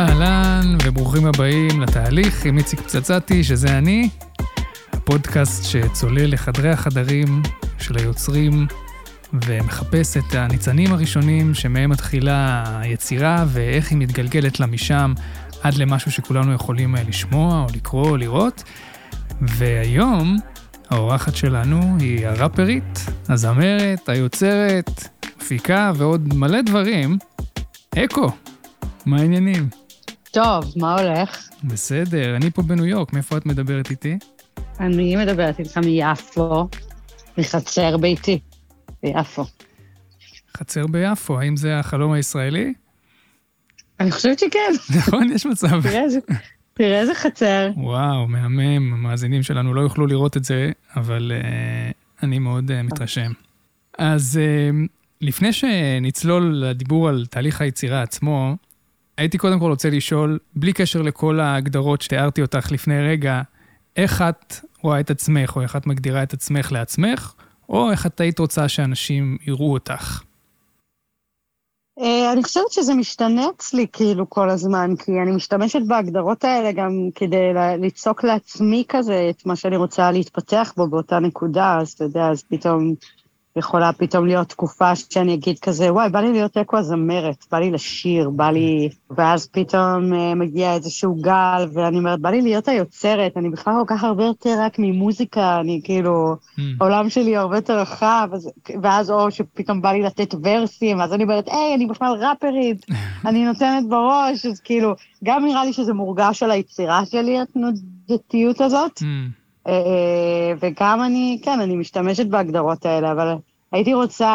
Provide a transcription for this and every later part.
אהלן וברוכים הבאים לתהליך עם איציק פצצתי, שזה אני, הפודקאסט שצולל לחדרי החדרים של היוצרים ומחפש את הניצנים הראשונים שמהם מתחילה היצירה ואיך היא מתגלגלת לה משם עד למשהו שכולנו יכולים לשמוע או לקרוא או לראות. והיום האורחת שלנו היא הראפרית, הזמרת, היוצרת, מפיקה ועוד מלא דברים. אקו, מה העניינים? טוב, מה הולך? בסדר, אני פה בניו יורק, מאיפה את מדברת איתי? אני מדברת איתך מיפו, מחצר ביתי, ביפו. חצר ביפו, האם זה החלום הישראלי? אני חושבת שכן. נכון, יש מצב. תראה איזה חצר. וואו, מהמם, המאזינים שלנו לא יוכלו לראות את זה, אבל אני מאוד מתרשם. אז לפני שנצלול לדיבור על תהליך היצירה עצמו, הייתי קודם כל רוצה לשאול, בלי קשר לכל ההגדרות שתיארתי אותך לפני רגע, איך את רואה את עצמך, או איך את מגדירה את עצמך לעצמך, או איך את היית רוצה שאנשים יראו אותך? אני חושבת שזה משתנה אצלי כאילו כל הזמן, כי אני משתמשת בהגדרות האלה גם כדי ליצוק לעצמי כזה את מה שאני רוצה להתפתח בו באותה נקודה, אז אתה יודע, אז פתאום יכולה פתאום להיות תקופה שאני אגיד כזה, וואי, בא לי להיות אקו הזמרת, בא לי לשיר, בא לי, ואז פתאום מגיע איזשהו גל, ואני אומרת, בא לי להיות היוצרת, אני בכלל כל כך הרבה יותר רק ממוזיקה, אני כאילו, העולם שלי הרבה יותר רחב, ואז או שפתאום בא לי לתת ורסים, אז אני אומרת, היי, אני בכלל ראפרית, אני נותנת בראש, אז כאילו, גם נראה לי שזה מורגש על היצירה שלי, התנודתיות הזאת, וגם אני, כן, אני משתמשת בהגדרות האלה, אבל הייתי רוצה,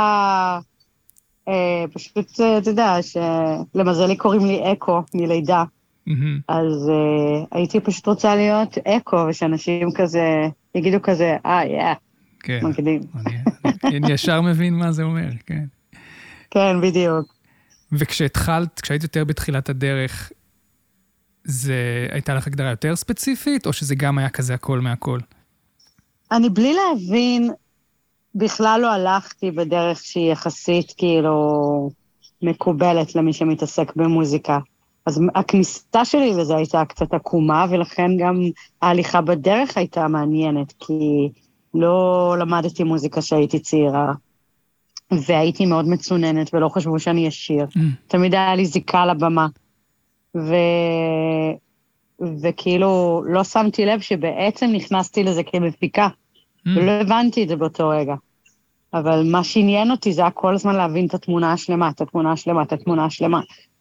פשוט, אתה יודע, שלמזלי קוראים לי אקו מלידה, אז הייתי פשוט רוצה להיות אקו, ושאנשים כזה, יגידו כזה, מגדים. אני ישר מבין מה זה אומר, כן. כן, בדיוק. וכשהתחלת, כשהיית יותר בתחילת הדרך, זה הייתה לך הגדרה יותר ספציפית, או שזה גם היה כזה הכל מהכל? אני בלי להבין, בכלל לא הלכתי בדרך שהיא יחסית כאילו מקובלת למי שמתעסק במוזיקה. אז הכניסה שלי וזה הייתה קצת עקומה, ולכן גם ההליכה בדרך הייתה מעניינת, כי לא למדתי מוזיקה שהייתי צעירה, והייתי מאוד מצוננת, ולא חשבו שאני אשיר. תמיד היה לי זיקה לבמה. וכאילו לא שמתי לב שבעצם נכנסתי לזה כמפיקה, ולא הבנתי את זה באותו רגע. אבל מה שעניין אותי זה היה כל הזמן להבין את התמונה השלמה, את התמונה השלמה, את התמונה השלמה.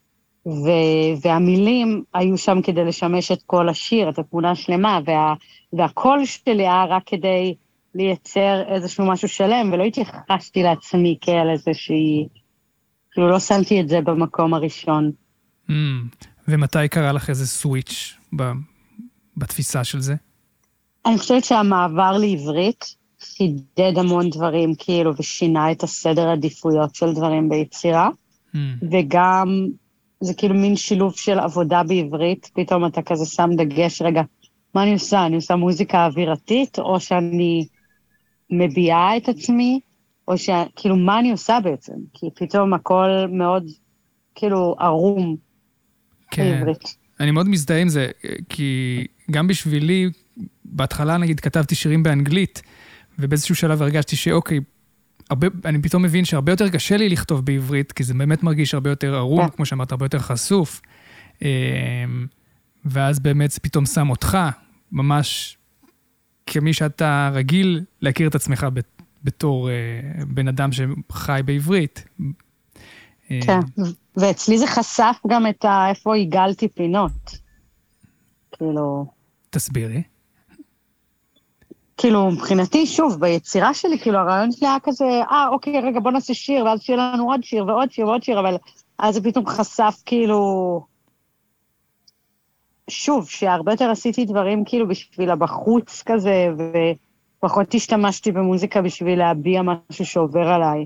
והמילים היו שם כדי לשמש את כל השיר, את התמונה השלמה, והקול שלי היה רק כדי לייצר איזשהו משהו שלם, ולא התייחסתי לעצמי כאל איזושהי, כאילו לא שמתי את זה במקום הראשון. ומתי קרה לך איזה סוויץ' בתפיסה של זה? אני חושבת שהמעבר לעברית חידד המון דברים, כאילו, ושינה את הסדר העדיפויות של דברים ביצירה, וגם זה כאילו מין שילוב של עבודה בעברית, פתאום אתה כזה שם דגש, רגע, מה אני עושה? אני עושה מוזיקה אווירתית, או שאני מביעה את עצמי, או כאילו, מה אני עושה בעצם? כי פתאום הכל מאוד, כאילו, ערום בעברית. אני מאוד מזדהה עם זה, כי גם בשבילי, בהתחלה נגיד כתבתי שירים באנגלית, ובאיזשהו שלב הרגשתי שאוקיי, אני פתאום מבין שהרבה יותר קשה לי לכתוב בעברית, כי זה באמת מרגיש הרבה יותר ערום, כמו שאמרת, הרבה יותר חשוף, ואז באמת זה פתאום שם אותך, ממש כמי שאתה רגיל להכיר את עצמך בתור בן אדם שחי בעברית. כן, ואצלי זה חשף גם את איפה הגלתי פינות. כאילו... תסבירי. כאילו, מבחינתי, שוב, ביצירה שלי, כאילו, הרעיון שלי היה כזה, אוקיי, רגע, בוא נעשה שיר, ואז שיהיה לנו עוד שיר ועוד שיר ועוד שיר, אבל אז זה פתאום חשף, כאילו... שוב, שהרבה יותר עשיתי דברים, כאילו, בשביל הבחוץ כזה, ופחות השתמשתי במוזיקה בשביל להביע משהו שעובר עליי.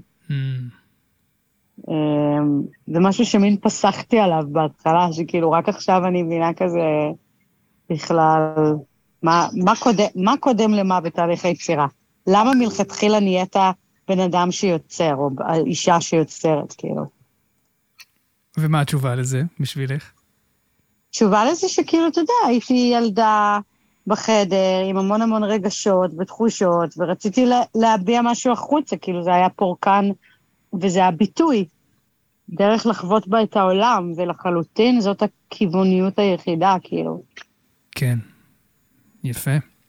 זה משהו שמין פסחתי עליו בהתחלה, שכאילו רק עכשיו אני מבינה כזה בכלל, מה קודם למה בתהליך היצירה? למה מלכתחילה נהיית בן אדם שיוצר, או אישה שיוצרת, כאילו? ומה התשובה לזה בשבילך? התשובה לזה שכאילו, אתה יודע, הייתי ילדה בחדר עם המון המון רגשות ותחושות, ורציתי להביע משהו החוצה, כאילו זה היה פורקן, וזה היה ביטוי, דרך לחוות בה את העולם, ולחלוטין זאת הכיווניות היחידה, כאילו. כן, יפה.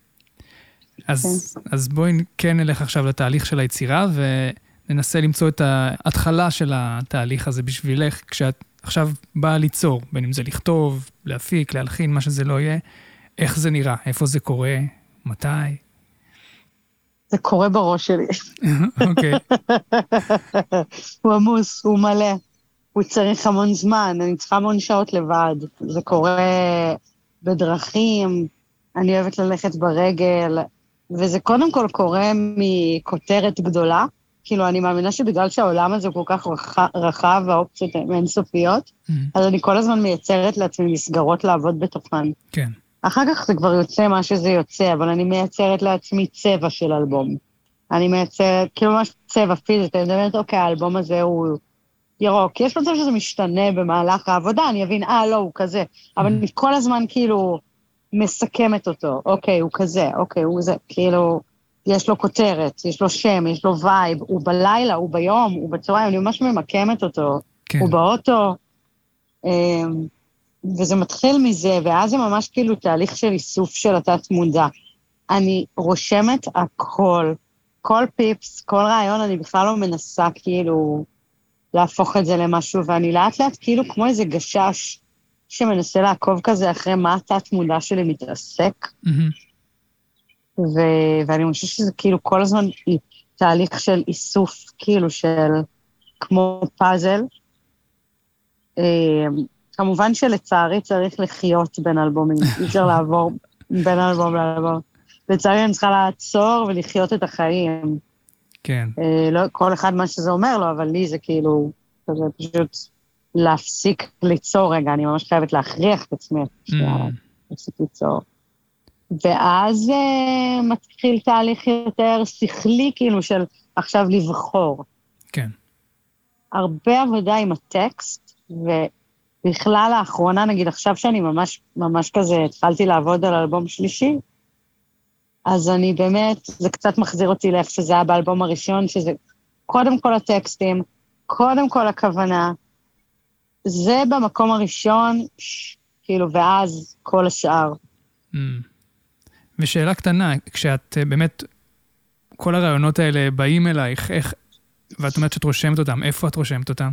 אז בואי כן נלך עכשיו לתהליך של היצירה, וננסה למצוא את ההתחלה של התהליך הזה בשבילך, כשאת עכשיו באה ליצור, בין אם זה לכתוב, להפיק, להלחין, מה שזה לא יהיה, איך זה נראה, איפה זה קורה, מתי? זה קורה בראש שלי. אוקיי. הוא עמוס, הוא מלא, הוא צריך המון זמן, אני צריכה המון שעות לבד. זה קורה בדרכים, אני אוהבת ללכת ברגל, וזה קודם כל קורה מכותרת גדולה, כאילו אני מאמינה שבגלל שהעולם הזה הוא כל כך רחב והאופציות הן אינסופיות, אז אני כל הזמן מייצרת לעצמי מסגרות לעבוד בתוכן. כן. אחר כך זה כבר יוצא מה שזה יוצא, אבל אני מייצרת לעצמי צבע של אלבום. אני מייצרת, כאילו ממש צבע פיזית, אני מדברת, אוקיי, האלבום הזה הוא ירוק. יש מצב שזה משתנה במהלך העבודה, אני אבין, לא, הוא כזה. אבל אני כל הזמן כאילו מסכמת אותו. אוקיי, הוא כזה, אוקיי, הוא זה. כאילו, יש לו כותרת, יש לו שם, יש לו וייב, הוא בלילה, הוא ביום, הוא בצהריים, אני ממש ממקמת אותו. כן. הוא באוטו. וזה מתחיל מזה, ואז זה ממש כאילו תהליך של איסוף של התת מודע. אני רושמת הכל, כל פיפס, כל רעיון, אני בכלל לא מנסה כאילו להפוך את זה למשהו, ואני לאט לאט כאילו כמו איזה גשש שמנסה לעקוב כזה אחרי מה התת מודע שלי מתעסק, ואני חושבת שזה כאילו כל הזמן תהליך של איסוף, כאילו של כמו פאזל, כמובן שלצערי צריך לחיות בין אלבומים, אי אפשר לעבור בין אלבום לאלבום. לצערי אני צריכה לעצור ולחיות את החיים. כן. לא כל אחד מה שזה אומר לו, אבל לי זה כאילו, זה פשוט להפסיק ליצור רגע, אני ממש חייבת להכריח את עצמי, להפסיק ליצור. ואז מתחיל תהליך יותר שכלי, כאילו של עכשיו לבחור. כן. הרבה עבודה עם הטקסט, בכלל האחרונה, נגיד עכשיו שאני ממש כזה התחלתי לעבוד על אלבום שלישי, אז אני באמת, זה קצת מחזיר אותי לאיך שזה היה באלבום הראשון, שזה קודם כל הטקסטים, קודם כל הכוונה, זה במקום הראשון, כאילו, ואז כל השאר. ושאלה קטנה, כשאת באמת, כל הרעיונות האלה באים אלייך, איך, ואת אומרת שאת רושמת אותם, איפה את רושמת אותם?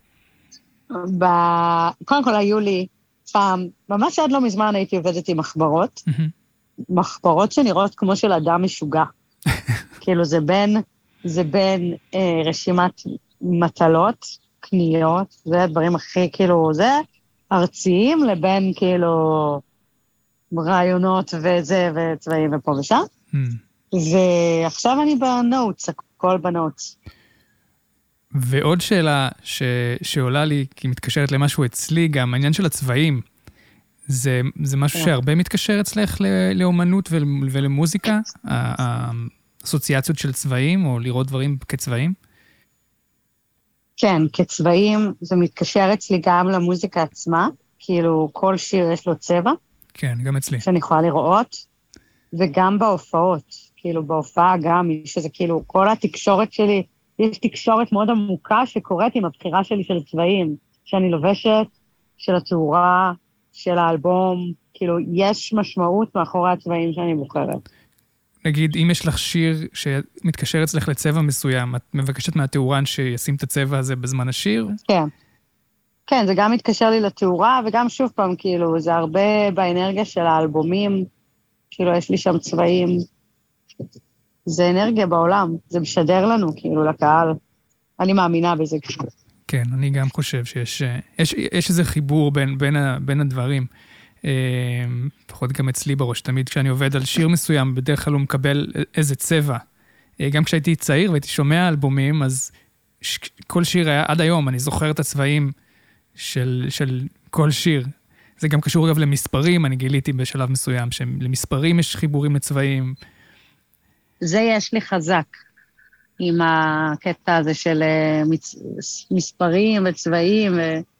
קודם כל היו לי פעם, ממש עד לא מזמן הייתי עובדת עם מחברות, מחברות שנראות כמו של אדם משוגע. כאילו זה בין רשימת מטלות, קניות, זה הדברים הכי כאילו, זה ארציים לבין כאילו רעיונות וזה וצבעים ופה ושם. ועכשיו אני בנוטס, הכל בנוטס. ועוד שאלה שעולה לי, כי מתקשרת למשהו אצלי, גם העניין של הצבעים, זה משהו שהרבה מתקשר אצלך לאומנות ולמוזיקה? האסוציאציות של צבעים, או לראות דברים כצבעים? כן, כצבעים, זה מתקשר אצלי גם למוזיקה עצמה, כאילו כל שיר יש לו צבע. כן, גם אצלי. שאני יכולה לראות, וגם בהופעות, כאילו בהופעה גם, שזה כאילו כל התקשורת שלי, יש תקשורת מאוד עמוקה שקורית עם הבחירה שלי של צבעים, שאני לובשת, של התאורה, של האלבום, כאילו יש משמעות מאחורי הצבעים שאני בוחרת. נגיד, אם יש לך שיר שמתקשר אצלך לצבע מסוים, את מבקשת מהתאורן שישים את הצבע הזה בזמן השיר? כן. כן, זה גם מתקשר לי לתאורה, וגם שוב פעם, כאילו, זה הרבה באנרגיה של האלבומים, כאילו, יש לי שם צבעים, זה אנרגיה בעולם, זה משדר לנו, כאילו, לקהל. אני מאמינה בזה. כן, אני גם חושב יש איזה חיבור בין הדברים. לפחות גם אצלי בראש, תמיד כשאני עובד על שיר מסוים, בדרך כלל הוא מקבל איזה צבע. גם כשהייתי צעיר והייתי שומע אלבומים, אז כל שיר היה, עד היום, אני זוכר את הצבעים של כל שיר. זה גם קשור אגב למספרים, אני גיליתי בשלב מסוים, שלמספרים יש חיבורים לצבעים. זה יש לי חזק, עם הקטע הזה של מספרים וצבעים,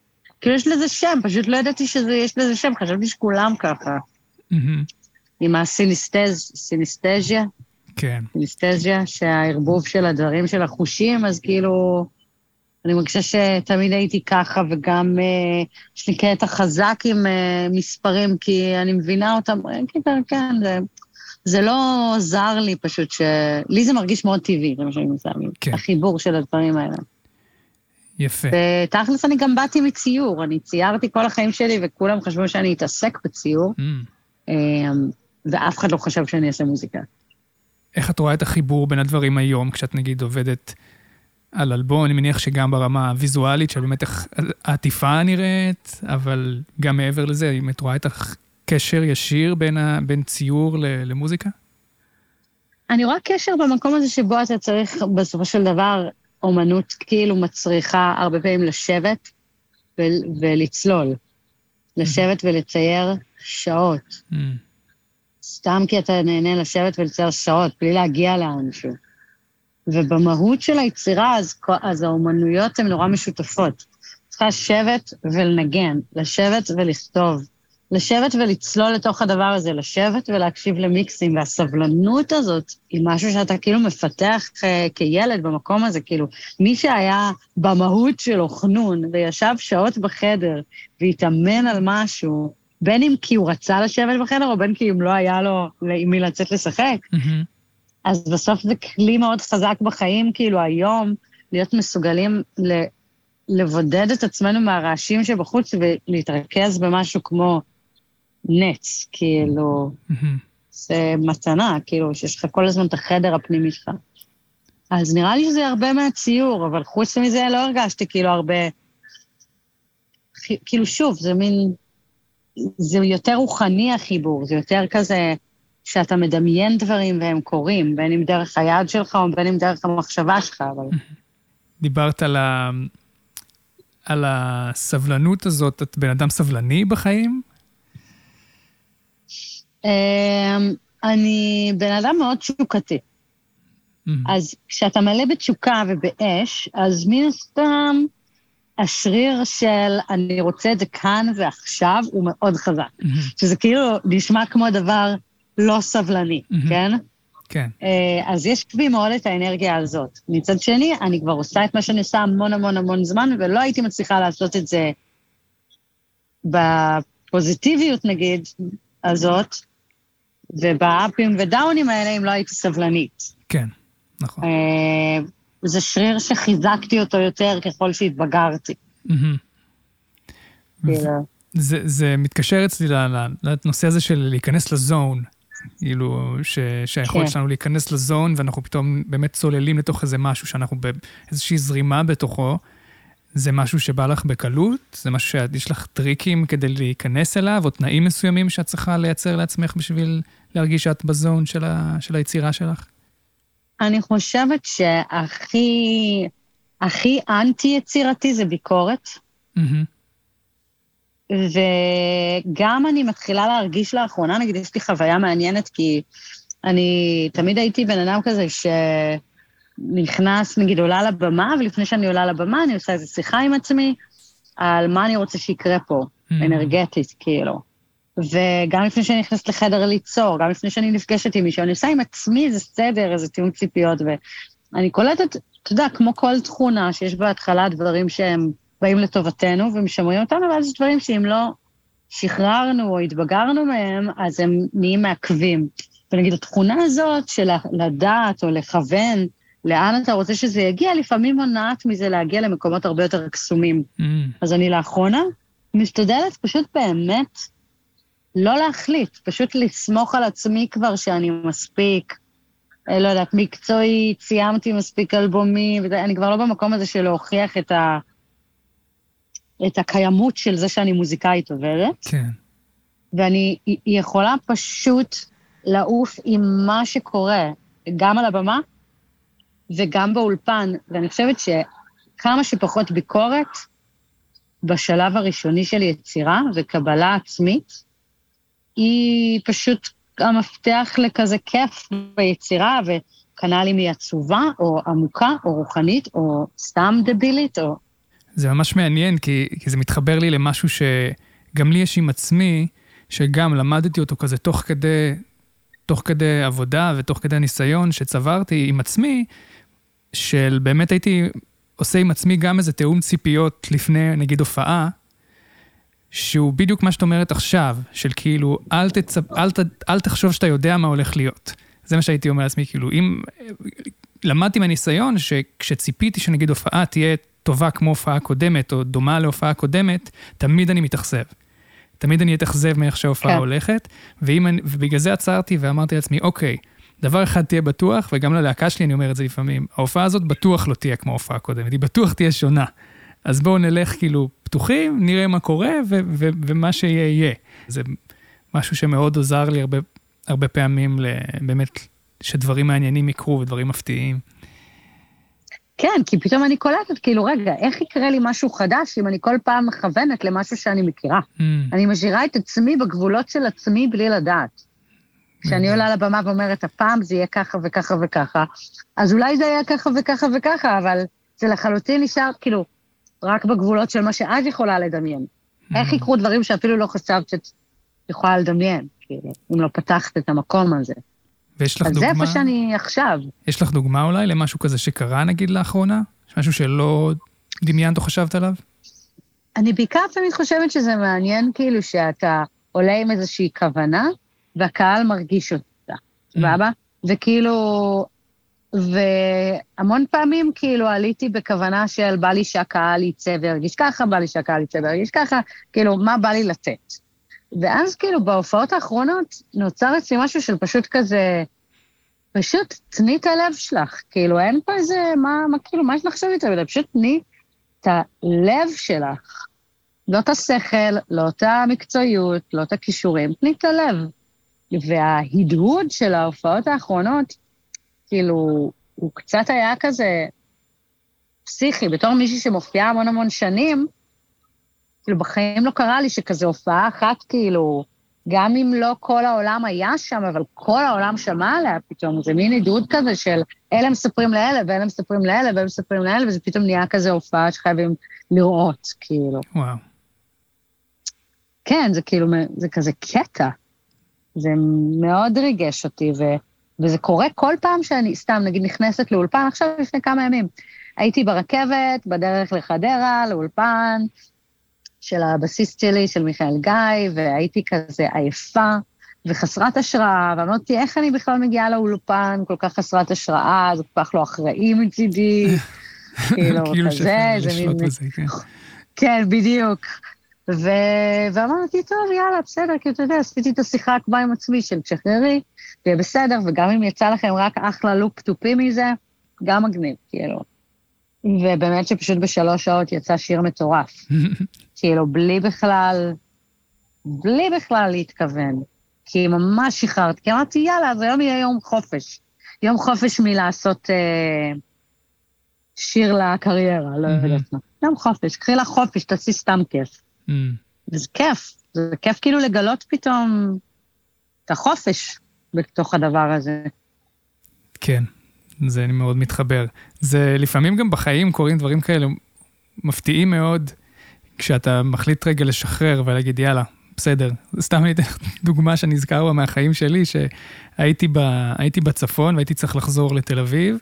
כאילו יש לזה שם, פשוט לא ידעתי שיש לזה שם, חשבתי שכולם ככה. עם הסינסטזיה. כן. סינסטזיה, שהערבוב של הדברים של החושים, אז כאילו, אני מרגישה שתמיד הייתי ככה, וגם יש לי קטע חזק עם מספרים, כי אני מבינה אותם, כן, זה לא זר לי פשוט, לי זה מרגיש מאוד טבעי, זה מה שאני מנסה, החיבור של הדברים האלה. יפה. ותכלס אני גם באתי מציור, אני ציירתי כל החיים שלי, וכולם חשבו שאני אתעסק בציור, ואף אחד לא חשב שאני אעשה מוזיקה. איך את רואה את החיבור בין הדברים היום, כשאת נגיד עובדת על אלבום? אני מניח שגם ברמה הוויזואלית, שבאמת העטיפה נראית, אבל גם מעבר לזה, אם את רואה את הקשר ישיר בין ציור למוזיקה? אני רואה קשר במקום הזה שבו אתה צריך בסופו של דבר, אומנות כאילו מצריכה הרבה פעמים לשבת ולצלול. לשבת ולצייר שעות. סתם כי אתה נהנה לשבת ולצייר שעות, בלי להגיע לאנשהו. ובמהות של היצירה, אז האומנויות הן נורא משותפות. צריכה לשבת ולנגן, לשבת ולכתוב, לשבת ולצלול לתוך הדבר הזה, לשבת ולהקשיב למיקסים, והסבלנות הזאת היא משהו שאתה כאילו מפתח כילד במקום הזה, כאילו מי שהיה במהות שלו חנון, וישב שעות בחדר, והתאמן על משהו, בין אם כי הוא רצה לשבת בחדר, או בין כי אם לא היה לו עם מי לצאת לשחק, אז בסוף זה כלי מאוד חזק בחיים, כאילו היום, להיות מסוגלים לבודד את עצמנו מהרעשים שבחוץ, ולהתרכז במשהו כמו נץ, כאילו, זה מתנה, כאילו, שיש לך כל הזמן את החדר הפנימי שלך. אז נראה לי שזה הרבה מהציור, אבל חוץ מזה לא הרגשתי כאילו הרבה, כאילו שוב, זה מין, זה יותר רוחני החיבור, זה יותר כזה שאתה מדמיין דברים והם קורים, בין אם דרך היד שלך או בין אם דרך המחשבה שלך, אבל... דיברת על הסבלנות הזאת, את בן אדם סבלני בחיים? אני בן אדם מאוד תשוקתי. אז כשאתה מלא בתשוקה ובאש, אז מן הסתם השריר של אני רוצה את זה כאן ועכשיו הוא מאוד חזק. שזה כאילו נשמע כמו דבר לא סבלני, כן? כן. אז יש בי מאוד את האנרגיה הזאת. מצד שני, אני כבר עושה את מה שאני עושה המון המון המון זמן, ולא הייתי מצליחה לעשות את זה בפוזיטיביות נגיד הזאת, ובאפים ודאונים האלה, אם לא הייתי סבלנית. כן, נכון. זה שריר שחיזקתי אותו יותר ככל שהתבגרתי. זה מתקשר אצלי לנושא הזה של להיכנס לזון, כאילו שהיכולת שלנו להיכנס לזון, ואנחנו פתאום באמת צוללים לתוך איזה משהו, שאנחנו באיזושהי זרימה בתוכו, זה משהו שבא לך בקלות? זה משהו שיש לך טריקים כדי להיכנס אליו, או תנאים מסוימים שאת צריכה לייצר לעצמך בשביל להרגיש שאת בזון של היצירה שלך? אני חושבת הכי אנטי יצירתי זה ביקורת. וגם אני מתחילה להרגיש לאחרונה, נגיד יש לי חוויה מעניינת, כי אני תמיד הייתי בן אדם כזה שנכנס, נגיד עולה לבמה, ולפני שאני עולה לבמה אני עושה איזו שיחה עם עצמי, על מה אני רוצה שיקרה פה, אנרגטית כאילו. וגם לפני שאני נכנסת לחדר ליצור, גם לפני שאני נפגשת עם מישהו, אני עושה עם עצמי איזה סדר, איזה תיאום ציפיות, ואני קולטת, אתה יודע, כמו כל תכונה שיש בהתחלה דברים שהם באים לטובתנו ומשמרים אותנו, אבל זה דברים שאם לא שחררנו או התבגרנו מהם, אז הם נהיים מעכבים. ונגיד, התכונה הזאת של לדעת או לכוון, לאן אתה רוצה שזה יגיע, לפעמים מונעת מזה להגיע למקומות הרבה יותר קסומים. אז אני לאחרונה משתדלת פשוט באמת לא להחליט, פשוט לסמוך על עצמי כבר שאני מספיק, לא יודעת, מקצועי, ציימתי מספיק אלבומי, אני כבר לא במקום הזה של להוכיח את הקיימות של זה שאני מוזיקאית עוברת. כן. ואני יכולה פשוט לעוף עם מה שקורה, גם על הבמה וגם באולפן, ואני חושבת שכמה שפחות ביקורת בשלב הראשוני של יצירה וקבלה עצמית, היא פשוט המפתח לכזה כיף ביצירה, וכנ"ל אם היא עצובה, או עמוקה, או רוחנית, או סתם דבילית, או... זה ממש מעניין, כי זה מתחבר לי למשהו שגם לי יש עם עצמי, שגם למדתי אותו כזה תוך כדי עבודה ותוך כדי ניסיון שצברתי עם עצמי, של באמת הייתי עושה עם עצמי גם איזה תאום ציפיות לפני, נגיד, הופעה, שהוא בדיוק מה שאת אומרת עכשיו, של כאילו, אל תחשוב שאתה יודע מה הולך להיות. זה מה שהייתי אומר לעצמי, כאילו, אם למדתי מהניסיון שכשציפיתי שנגיד הופעה תהיה טובה כמו הופעה קודמת, או דומה להופעה קודמת, תמיד אני מתאכזב. תמיד אני אתאכזב מאיך שההופעה הולכת, ובגלל זה עצרתי ואמרתי לעצמי, אוקיי, דבר אחד תהיה בטוח, וגם ללהקה שלי אני אומר את זה לפעמים, ההופעה הזאת בטוח לא תהיה כמו הופעה קודמת, היא בטוח תהיה שונה. אז בואו נלך כאילו פתוחים, נראה מה קורה, ומה שיהיה יהיה. זה משהו שמאוד עוזר לי הרבה פעמים, באמת, שדברים מעניינים יקרו ודברים מפתיעים. כן, כי פתאום אני קולטת, כאילו, רגע, איך יקרה לי משהו חדש, אם אני כל פעם מכוונת למשהו שאני מכירה? אני משאירה את עצמי בגבולות של עצמי בלי לדעת. כשאני עולה לבמה ואומרת, הפעם זה יהיה ככה וככה וככה, אז אולי זה יהיה ככה וככה וככה, אבל זה לחלוטין נשאר, כאילו, רק בגבולות של מה שאת יכולה לדמיין. איך יקרו דברים שאפילו לא חשבת שאת יכולה לדמיין, כאילו, אם לא פתחת את המקום הזה. ויש לך אז דוגמה? זה איפה שאני עכשיו. יש לך דוגמה אולי למשהו כזה שקרה, נגיד, לאחרונה? משהו שלא דמיינת או חשבת עליו? אני בעיקר תמיד חושבת שזה מעניין, כאילו, שאתה עולה עם איזושהי כוונה, והקהל מרגיש אותה, סבבה? וכאילו, והמון פעמים כאילו עליתי בכוונה של בא לי שהקהל יצא וירגיש ככה, בא לי שהקהל יצא וירגיש ככה, כאילו, מה בא לי לתת? ואז כאילו בהופעות האחרונות נוצר אצלי משהו של פשוט כזה, פשוט תני את הלב שלך, כאילו אין פה איזה, כאילו, מה שנחשב את זה, פשוט תני את הלב שלך, לא את השכל, לא את המקצועיות, לא את הכישורים, תני את הלב. וההדהוד של ההופעות האחרונות, כאילו, הוא קצת היה כזה פסיכי, בתור מישהי שמופיעה המון שנים, כאילו בחיים לא קרה לי שכזה הופעה אחת, כאילו, גם אם לא כל העולם היה שם, אבל כל העולם שמע עליה פתאום, זה מין הדהוד כזה של אלה מספרים לאלה, ואלה מספרים לאלה, ואלה מספרים לאלה, וזה פתאום נהיה כזה הופעה שחייבים לראות, כאילו. וואו. כן, זה כאילו, זה כזה קטע. זה מאוד ריגש אותי, וזה קורה כל פעם שאני, סתם, נגיד, נכנסת לאולפן, עכשיו לפני כמה ימים, הייתי ברכבת, בדרך לחדרה, לאולפן, של הבסיסט שלי, של מיכאל גיא, והייתי כזה עייפה, וחסרת השראה, ואמרתי, איך אני בכלל מגיעה לאולפן, כל כך חסרת השראה, זה כל כך לא אחראי מצידי, כאילו, כזה, זה מין... כן, בדיוק. ואמרתי, טוב, יאללה, בסדר, כי אתה יודע, עשיתי את השיחה כבר עם עצמי של תשחררי, ויהיה בסדר, וגם אם יצא לכם רק אחלה לוק טופי מזה, גם מגניב, כאילו. ובאמת שפשוט ב3 שעות יצא שיר מטורף. כאילו, בלי בכלל להתכוון. כי ממש שחררת, כי אמרתי, יאללה, אז היום יהיה יום חופש. יום חופש מלעשות שיר לקריירה, לא יודעת מה. יום חופש, קחי לה חופש, תעשי סתם כיף. וזה כיף, זה כיף כאילו לגלות פתאום את החופש בתוך הדבר הזה. כן, זה אני מאוד מתחבר. זה לפעמים גם בחיים קורים דברים כאלה מפתיעים מאוד, כשאתה מחליט רגע לשחרר ולהגיד יאללה, בסדר. סתם אני אתן דוגמה שאני אזכר בה מהחיים שלי, שהייתי בצפון והייתי צריך לחזור לתל אביב,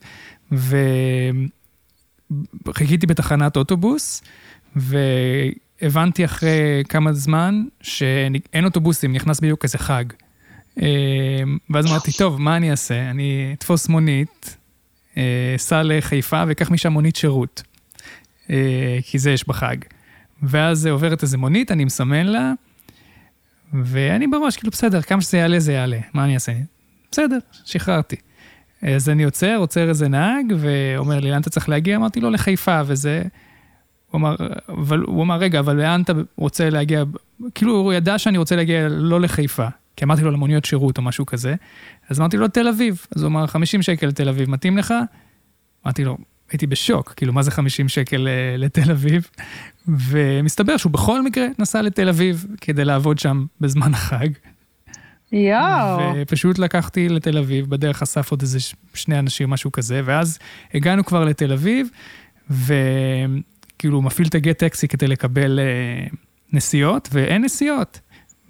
וחיכיתי בתחנת אוטובוס, והבנתי אחרי כמה זמן שאין אוטובוסים, נכנס בדיוק איזה חג. ואז אמרתי, טוב, מה אני אעשה? אני אתפוס מונית, סע לחיפה ויקח משם מונית שירות, כי זה יש בחג. ואז עוברת איזה מונית, אני מסמן לה, ואני בראש, כאילו בסדר, כמה שזה יעלה, זה יעלה. מה אני אעשה? בסדר, שחררתי. אז אני עוצר איזה נהג, ואומר לי, לאן אתה צריך להגיע? אמרתי לו, לחיפה, וזה... הוא אמר, רגע, אבל לאן אתה רוצה להגיע? כאילו, הוא ידע שאני רוצה להגיע לא לחיפה, כי אמרתי לו למוניות שירות או משהו כזה, אז אמרתי לו, תל אביב. אז הוא אמר, 50 שקל לתל אביב, מתאים לך? אמרתי לו, הייתי בשוק, כאילו, מה זה 50 שקל לתל אביב? ומסתבר שהוא בכל מקרה נסע לתל אביב, כדי לעבוד שם בזמן החג. ופשוט לקחתי לתל אביב, בדרך אסף עוד איזה 2 אנשים, משהו כזה, ואז הגענו כבר לתל אביב, כאילו הוא מפעיל את הגט טקסי כדי לקבל נסיעות, ואין נסיעות.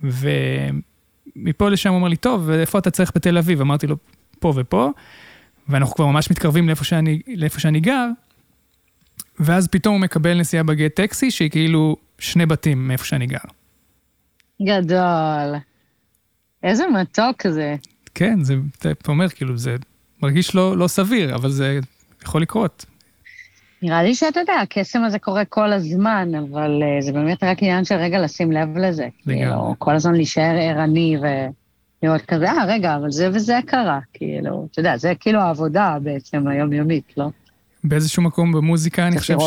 ומפה לשם הוא אומר לי, טוב, ואיפה אתה צריך בתל אביב? אמרתי לו, פה ופה, ואנחנו כבר ממש מתקרבים לאיפה שאני גר, ואז פתאום הוא מקבל נסיעה בגט טקסי, שהיא כאילו 2 בתים מאיפה שאני גר. גדול. איזה מתוק זה. כן, זה, אתה אומר, כאילו, זה מרגיש לא סביר, אבל זה יכול לקרות. נראה לי שאתה יודע, הקסם הזה קורה כל הזמן, אבל זה באמת רק עניין של רגע לשים לב לזה. כאילו, כל הזמן להישאר ערני ולראות כזה, רגע, אבל זה וזה קרה. כאילו, אתה יודע, זה כאילו העבודה בעצם היומיומית, לא? באיזשהו מקום במוזיקה, אני חושב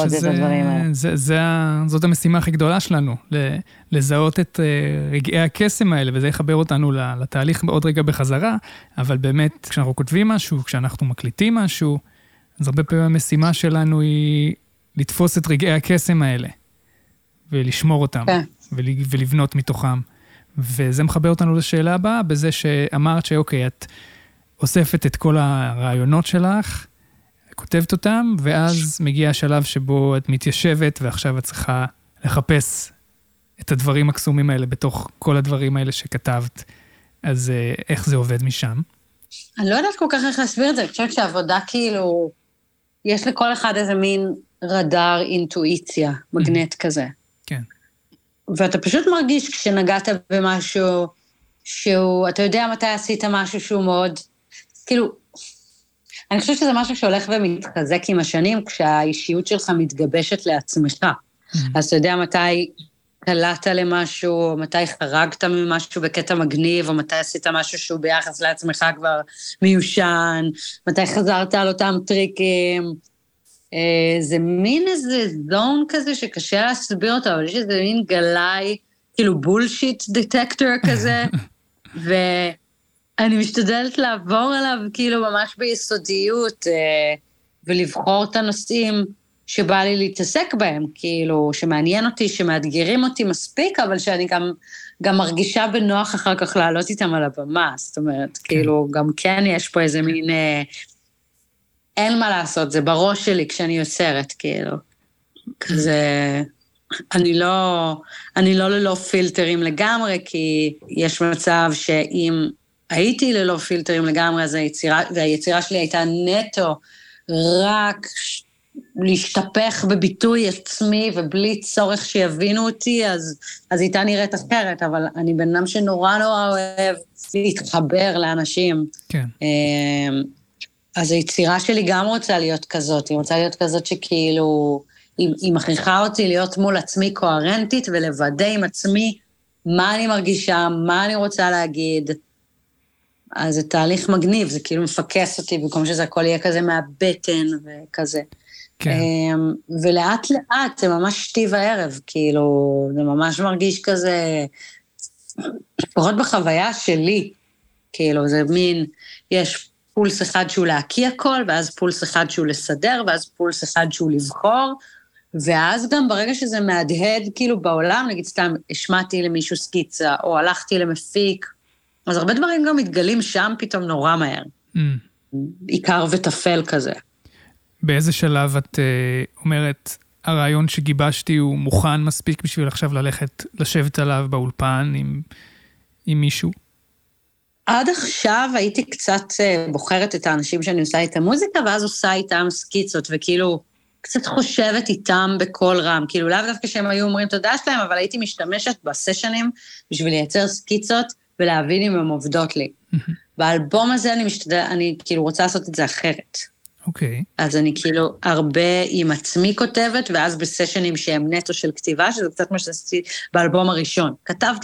זאת המשימה הכי גדולה שלנו, לזהות את רגעי הקסם האלה, וזה יחבר אותנו לתהליך עוד רגע בחזרה, אבל באמת, כשאנחנו כותבים משהו, כשאנחנו מקליטים משהו, אז הרבה פעמים המשימה שלנו היא לתפוס את רגעי הקסם האלה, ולשמור אותם, ולבנות מתוכם. וזה מחבר אותנו לשאלה הבאה, בזה שאמרת שאוקיי, את אוספת את כל הרעיונות שלך, כותבת אותם, ואז מגיע השלב שבו את מתיישבת, ועכשיו את צריכה לחפש את הדברים הקסומים האלה, בתוך כל הדברים האלה שכתבת. אז איך זה עובד משם? אני לא יודעת כל כך איך להסביר את זה, אני חושבת שהעבודה כאילו, יש לכל אחד איזה מין רדאר אינטואיציה, מגנט כזה. כן. ואתה פשוט מרגיש כשנגעת במשהו, אתה יודע מתי עשית משהו שהוא מאוד, כאילו, אני חושבת שזה משהו שהולך ומתחזק עם השנים, כשהאישיות שלך מתגבשת לעצמך. אז אתה יודע מתי קלעת למשהו, או מתי חרגת ממשהו בקטע מגניב, או מתי עשית משהו שהוא ביחס לעצמך כבר מיושן, מתי חזרת על אותם טריקים. זה מין איזה זון כזה שקשה להסביר אותו, אבל יש איזה מין גלאי, כאילו בולשיט דטקטור כזה, אני משתדלת לעבור עליו כאילו ממש ביסודיות, ולבחור את הנושאים שבא לי להתעסק בהם, כאילו שמעניין אותי, שמאתגרים אותי מספיק, אבל שאני גם מרגישה בנוח אחר כך לעלות איתם על הבמה, זאת אומרת, כאילו גם כן יש פה איזה מין, אין מה לעשות, זה בראש שלי כשאני יוצרת, כאילו, כזה, אני לא ללא פילטרים לגמרי, כי יש מצב שאם הייתי ללא פילטרים לגמרי, אז והיצירה שלי הייתה נטו, רק להשתפך בביטוי עצמי, ובלי צורך שיבינו אותי, אז הייתה נראית אחרת, אבל אני בן אדם שנורא אוהב להתחבר לאנשים. כן. אז היצירה שלי גם רוצה להיות כזאת, היא רוצה להיות כזאת שכאילו, היא מכריחה אותי להיות מול עצמי קוהרנטית, ולוודא עם עצמי מה אני מרגישה, מה אני רוצה להגיד, אז זה תהליך מגניב, זה כאילו מפקס אותי, במקום שזה הכל יהיה כזה מהבטן וכזה. כן. ולאט לאט, זה ממש שתי וערב, כאילו, זה ממש מרגיש כזה, לפחות בחוויה שלי, כאילו, זה מין, יש פולס אחד שהוא להקיע הכל, ואז פולס אחד שהוא לסדר, ואז פולס אחד שהוא לבחור, ואז גם ברגע שזה מהדהד, כאילו בעולם, נגיד סתם, השמעתי למישהו סקיצה, או הלכתי למפיק, אז הרבה דברים גם מתגלים שם פתאום נורא מהר. עיקר ותפל כזה. באיזה שלב את אומרת, הרעיון שגיבשתי הוא מוכן מספיק בשביל עכשיו לשבת עליו באולפן עם מישהו? עד עכשיו הייתי קצת בוחרת את האנשים שאני עושה איתם מוזיקה, ואז עושה איתם סקיצות, וכאילו קצת חושבת איתם בכל רם. כאילו לאו דווקא שהם היו אומרים תודה שלהם, אבל הייתי משתמשת בסשנים בשביל לייצר סקיצות, ולהבין אם הם עובדות לי. באלבום הזה אני כאילו רוצה לעשות את זה אחרת. אוקיי. אז אני כאילו הרבה עם עצמי כותבת, ואז בסשנים שהם נטו של כתיבה, שזה קצת מה שעשיתי באלבום הראשון.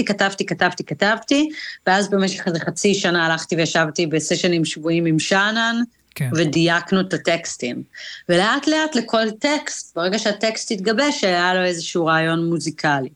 כתבתי, ואז במשך איזה חצי שנה הלכתי וישבתי בסשנים שבועים עם שאנן, כן. ודייקנו את הטקסטים. ולאט לאט לכל טקסט, ברגע שהטקסט התגבש, היה לו איזשהו רעיון מוזיקלי.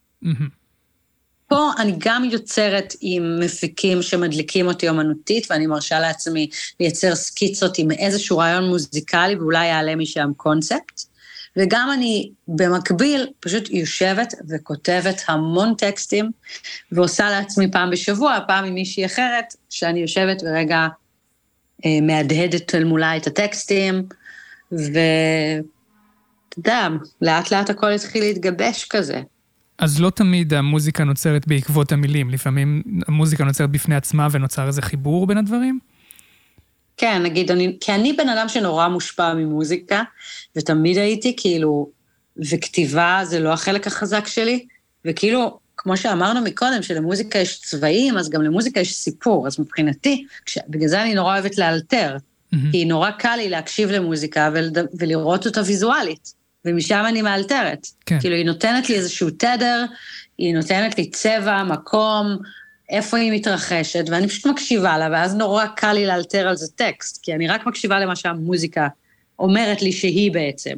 פה אני גם יוצרת עם מפיקים שמדליקים אותי אומנותית, ואני מרשה לעצמי לייצר סקיצות עם איזשהו רעיון מוזיקלי, ואולי יעלה משם קונספט, וגם אני במקביל פשוט יושבת וכותבת המון טקסטים, ועושה לעצמי פעם בשבוע, פעם עם מישהי אחרת, שאני יושבת ורגע מהדהדת אל מולה את הטקסטים, ואתה יודע, לאט לאט הכל התחיל להתגבש כזה. אז לא תמיד המוזיקה נוצרת בעקבות המילים, לפעמים המוזיקה נוצרת בפני עצמה ונוצר איזה חיבור בין הדברים? כן, נגיד, כי אני בן אדם שנורא מושפע ממוזיקה, ותמיד הייתי כאילו, וכתיבה זה לא החלק החזק שלי, וכאילו, כמו שאמרנו מקודם, שלמוזיקה יש צבעים, אז גם למוזיקה יש סיפור, אז מבחינתי, בגלל זה אני נורא אוהבת לאלתר, כי נורא קל לי להקשיב למוזיקה ולראות אותה ויזואלית, ומשם אני מאלתרת. כן. כאילו, היא נותנת לי איזשהו תדר, היא נותנת לי צבע, מקום, איפה היא מתרחשת, ואני פשוט מקשיבה לה, ואז נורא קל לי לאלתר על זה טקסט, כי אני רק מקשיבה למה שהמוזיקה אומרת לי שהיא בעצם.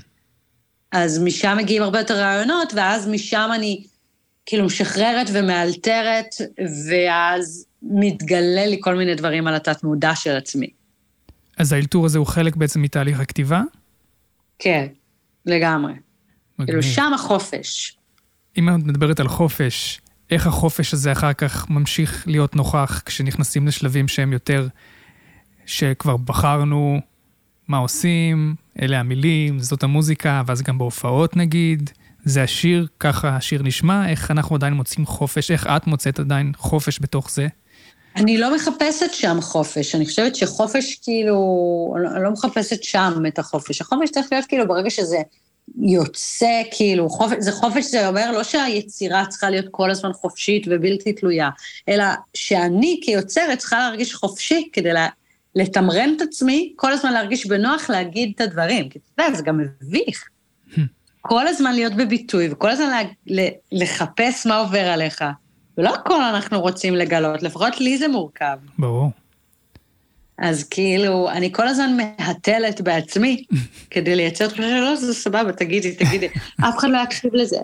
אז משם מגיעים הרבה יותר רעיונות, ואז משם אני כאילו משחררת ומאלתרת, ואז מתגלה לי כל מיני דברים על התת מודע של עצמי. אז האלתור הזה הוא חלק בעצם מתהליך הכתיבה? כן, לגמרי. מגניב. כאילו שם החופש. אם את מדברת על חופש, איך החופש הזה אחר כך ממשיך להיות נוכח כשנכנסים לשלבים שהם יותר, שכבר בחרנו מה עושים, אלה המילים, זאת המוזיקה, ואז גם בהופעות נגיד, זה השיר, ככה השיר נשמע, איך אנחנו עדיין מוצאים חופש, איך את מוצאת עדיין חופש בתוך זה? אני לא מחפשת שם חופש, אני חושבת שחופש כאילו, אני לא מחפשת שם את החופש, החופש צריך להיות כאילו ברגע שזה יוצא כאילו, זה חופש זה אומר לא שהיצירה צריכה להיות כל הזמן חופשית ובלתי תלויה, אלא שאני כיוצרת צריכה להרגיש חופשי כדי לתמרן את עצמי, כל הזמן להרגיש בנוח להגיד את הדברים, כי אתה יודע, זה גם מביך. כל הזמן להיות בביטוי, וכל הזמן לחפש מה עובר עליך, ולא הכל אנחנו רוצים לגלות, לפחות לי זה מורכב. ברור. אז כאילו, אני כל הזמן מהטלת בעצמי, כדי לייצר את לא, זה סבבה, תגידי, אף אחד לא יקשיב לזה.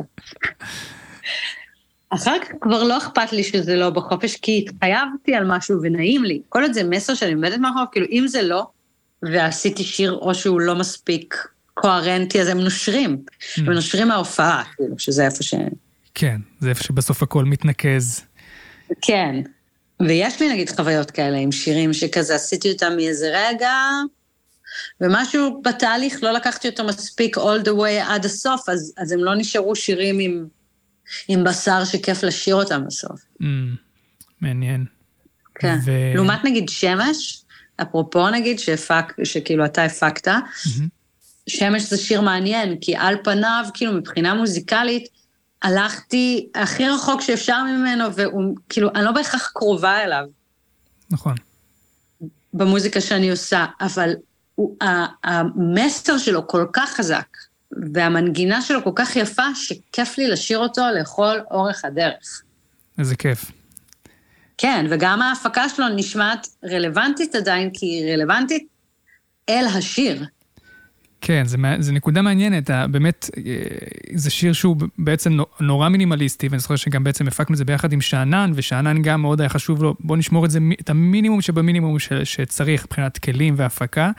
אחר כך כבר לא אכפת לי שזה לא בחופש, כי התחייבתי על משהו ונעים לי. כל עוד זה מסר שאני עומדת מאחור, כאילו אם זה לא, ועשיתי שיר או שהוא לא מספיק קוהרנטי, אז הם נושרים. הם נושרים מההופעה, כאילו, שזה איפה ש... כן, זה איפה שבסוף הכל מתנקז. כן, ויש לי נגיד חוויות כאלה עם שירים שכזה עשיתי אותם מאיזה רגע, ומשהו בתהליך לא לקחתי אותו מספיק all the way עד הסוף, אז הם לא נשארו שירים עם בשר שכיף לשיר אותם בסוף. מעניין. כן. לעומת נגיד שמש, אפרופו נגיד שכאילו אתה הפקת, שמש זה שיר מעניין, כי על פניו, כאילו מבחינה מוזיקלית, הלכתי הכי רחוק שאפשר ממנו, וכאילו אני לא בהכרח קרובה אליו. נכון. במוזיקה שאני עושה, אבל המסר שלו כל כך חזק, והמנגינה שלו כל כך יפה, שכיף לי לשיר אותו לכל אורך הדרך. איזה כיף. כן, וגם ההפקה שלו נשמעת רלוונטית עדיין, כי היא רלוונטית אל השיר. כן, זה נקודה מעניינת, באמת, זה שיר שהוא בעצם נורא מינימליסטי, ואני זוכר שגם בעצם הפקנו את זה ביחד עם שענן, ושענן גם מאוד היה חשוב לו, בוא נשמור את זה, את המינימום שבמינימום שצריך, מבחינת כלים והפקה,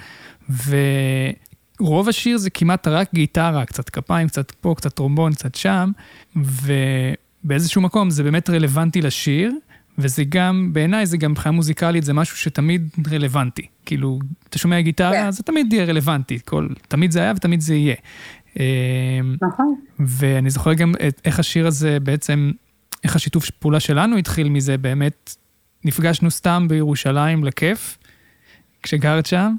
ורוב השיר זה כמעט רק גיטרה, קצת כפיים, קצת פה, קצת טרומבון, קצת שם, ובאיזשהו מקום זה באמת רלוונטי לשיר, וזה גם, בעיניי זה גם מבחינה מוזיקלית, זה משהו שתמיד רלוונטי. כאילו, אתה שומע גיטרה, זה תמיד יהיה רלוונטי. תמיד זה היה ותמיד זה יהיה. נכון. ואני זוכר גם איך השיר הזה בעצם, איך השיתוף פעולה שלנו התחיל מזה, באמת נפגשנו סתם בירושלים לכיף, כשגרת שם,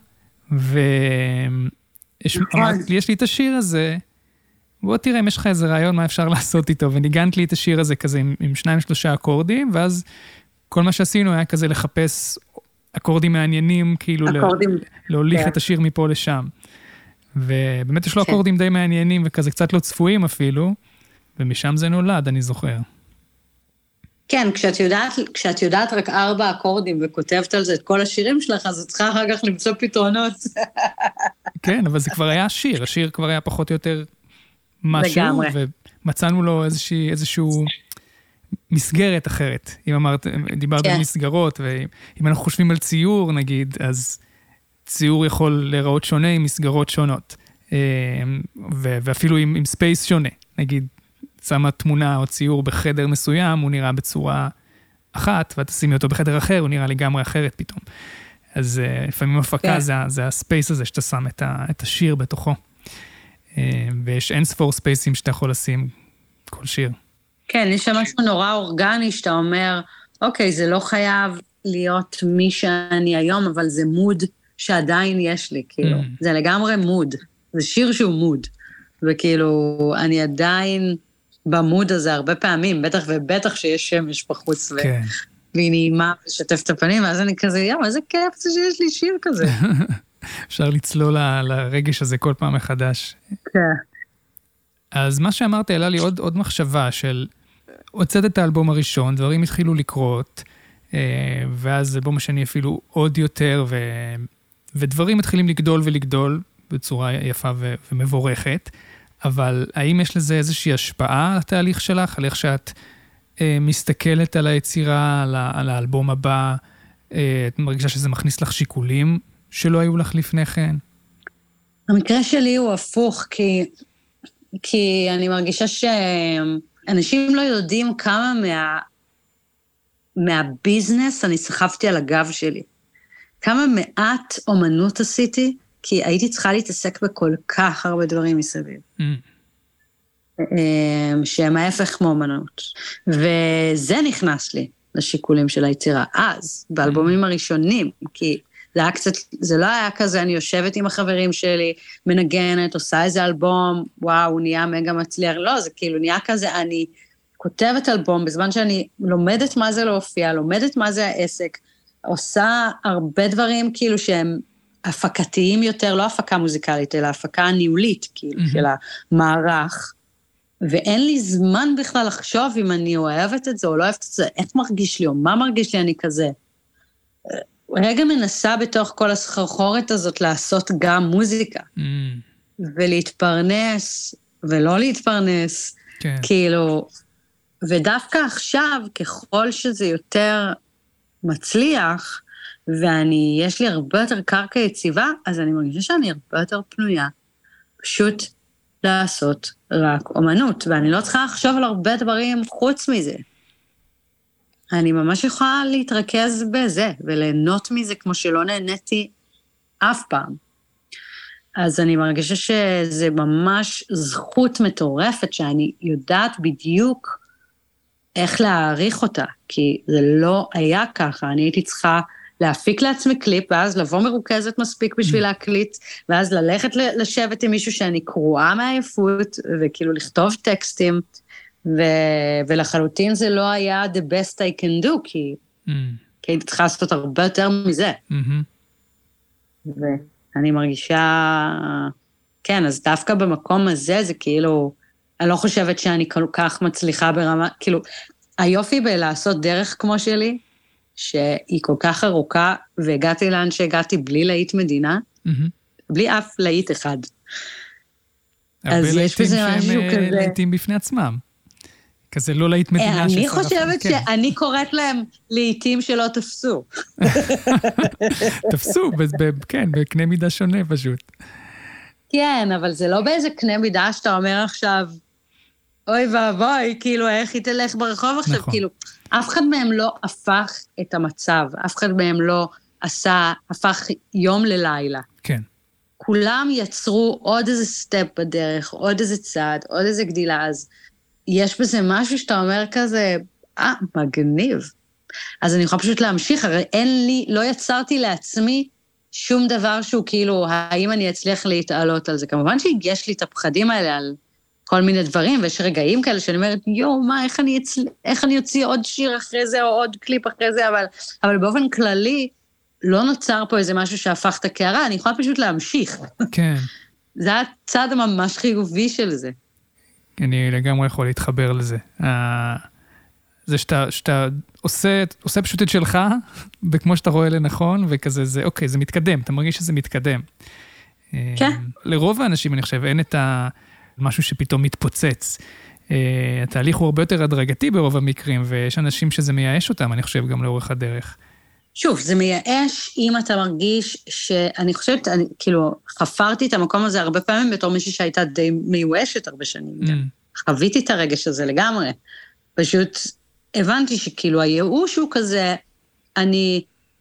ואמרת לי, יש לי את השיר הזה, בוא תראה אם יש לך איזה רעיון מה אפשר לעשות איתו, וניגנת לי את השיר הזה כזה עם 2-3 אקורדים, ואז כל מה שעשינו היה כזה לחפש אקורדים מעניינים, כאילו להוליך את השיר מפה לשם. ובאמת יש לו אקורדים די מעניינים, וכזה קצת לא צפויים אפילו, ומשם זה נולד, אני זוכר. כן, כשאת יודעת רק 4 אקורדים, וכותבת על זה את כל השירים שלך, אז את צריכה אחר כך למצוא פתרונות. כן, אבל זה כבר היה השיר, השיר כבר היה פחות או יותר משהו, ומצאנו לו איזשהו מסגרת אחרת. אם דיברת על מסגרות, ואם אנחנו חושבים על ציור, נגיד, אז ציור יכול להיראות שונה עם מסגרות שונות. ואפילו עם ספייס שונה. נגיד, שמה תמונה או ציור בחדר מסוים, הוא נראה בצורה אחת, ואת שימי אותו בחדר אחר, הוא נראה לגמרי אחרת פתאום. אז לפעמים הפקה זה הספייס הזה, שאתה שם את השיר בתוכו. ויש אין ספור ספייסים שאתה יכול לשים כל שיר. כן, יש שם משהו נורא אורגני שאתה אומר, אוקיי, זה לא חייב להיות מי שאני היום, אבל זה מוד שעדיין יש לי, כאילו. זה לגמרי מוד. זה שיר שהוא מוד. וכאילו, אני עדיין במוד הזה הרבה פעמים, בטח ובטח שיש שמש בחוץ, כן. והיא נעימה לשתף את הפנים, ואז אני כזה, איזה כיף זה שיש לי שיר כזה. אפשר לצלול לרגש הזה כל פעם מחדש. כן. אז מה שאמרת, העלה לי עוד מחשבה של, הוצאת את האלבום הראשון, דברים התחילו לקרות, ואז אלבום השני אפילו עוד יותר, ודברים מתחילים לגדול ולגדול, בצורה יפה ומבורכת, אבל האם יש לזה איזושהי השפעה על התהליך שלך, על איך שאת מסתכלת על היצירה, על האלבום הבא, את מרגישה שזה מכניס לך שיקולים שלא היו לך לפני כן? המקרה שלי הוא הפוך, כי אני מרגישה שאנשים לא יודעים כמה מהביזנס אני סחבתי על הגב שלי. כמה מעט אומנות עשיתי, כי הייתי צריכה להתעסק בכל כך הרבה דברים מסביב. שהם ההפך מאומנות. וזה נכנס לי לשיקולים של היצירה. אז, באלבומים הראשונים, כי זה לא היה כזה, אני יושבת עם החברים שלי, מנגנת, עושה איזה אלבום, וואו, הוא נהיה מגה מצליח. לא, זה כאילו נהיה כזה, אני כותבת אלבום, בזמן שאני לומדת מה זה להופיע, לומדת מה זה העסק, עושה הרבה דברים כאילו שהם הפקתיים יותר, לא הפקה מוזיקלית, אלא הפקה ניהולית, כאילו, של המערך, ואין לי זמן בכלל לחשוב אם אני אוהבת את זה או לא אוהבת את זה, איך מרגיש לי או מה מרגיש לי אני כזה. רגע מנסה בתוך כל הסחרחורת הזאת לעשות גם מוזיקה, ולהתפרנס ולא להתפרנס, כן. כאילו, ודווקא עכשיו, ככל שזה יותר מצליח, יש לי הרבה יותר קרקע יציבה, אז אני מרגישה שאני הרבה יותר פנויה, פשוט לעשות רק אומנות, ואני לא צריכה לחשוב על הרבה דברים חוץ מזה. אני ממש יכולה להתרכז בזה, וליהנות מזה כמו שלא נהניתי אף פעם. אז אני מרגישה שזה ממש זכות מטורפת, שאני יודעת בדיוק איך להעריך אותה, כי זה לא היה ככה, אני הייתי צריכה להפיק לעצמי קליפ, ואז לבוא מרוכזת מספיק בשביל להקליט, ואז ללכת לשבת עם מישהו שאני קרואה מעייפות, וכאילו לכתוב טקסטים, ולחלוטין זה לא היה the best I can do, כי הייתי צריכה לעשות הרבה יותר מזה. ואני מרגישה, כן, אז דווקא במקום הזה, זה כאילו, אני לא חושבת שאני כל כך מצליחה ברמה, כאילו, היופי בלעשות דרך כמו שלי, שהיא כל כך ארוכה, והגעתי לאן שהגעתי בלי להיט מדינה, בלי אף להיט אחד. אז יש בזה משהו כזה. הרבה להיטים בפני עצמם. כזה לא להיט מדינה אני חושבת שאני קוראת להם להיטים שלא תפסו. תפסו, כן, בקנה מידה שונה פשוט. כן, אבל זה לא באיזה קנה מידה שאתה אומר עכשיו, אוי ואבוי, כאילו, איך היא תלך ברחוב עכשיו, כאילו, אף אחד מהם לא הפך את המצב, אף אחד מהם לא הפך יום ללילה. כן. כולם יצרו עוד איזה סטפ בדרך, עוד איזה צעד, עוד איזה גדילה, אז יש בזה משהו שאתה אומר כזה, מגניב. אז אני יכולה פשוט להמשיך, הרי לא יצרתי לעצמי שום דבר שהוא כאילו, האם אני אצליח להתעלות על זה? כמובן שיש לי את הפחדים האלה על כל מיני דברים, ויש רגעים כאלה שאני אומרת, מה, איך אני אוציא עוד שיר אחרי זה, או עוד קליפ אחרי זה, אבל באופן כללי, לא נוצר פה איזה משהו שהפך את הקערה, אני יכולה פשוט להמשיך. כן. זה הצד הממש חיובי של זה. אני לגמרי יכול להתחבר לזה. זה שאתה עושה פשוט את שלך, וכמו שאתה רואה לנכון, וכזה זה, אוקיי, זה מתקדם, אתה מרגיש שזה מתקדם. כן. לרוב האנשים, אני חושב, אין את משהו שפתאום מתפוצץ. התהליך הוא הרבה יותר הדרגתי ברוב המקרים, ויש אנשים שזה מייאש אותם, אני חושב, גם לאורך הדרך. שוב, זה מייאש אם אתה מרגיש שאני חושבת, כאילו, חפרתי את המקום הזה הרבה פעמים בתור מישהי שהייתה די מיואשת הרבה שנים. חוויתי את הרגש הזה לגמרי. פשוט הבנתי שכאילו הייאוש הוא כזה, אני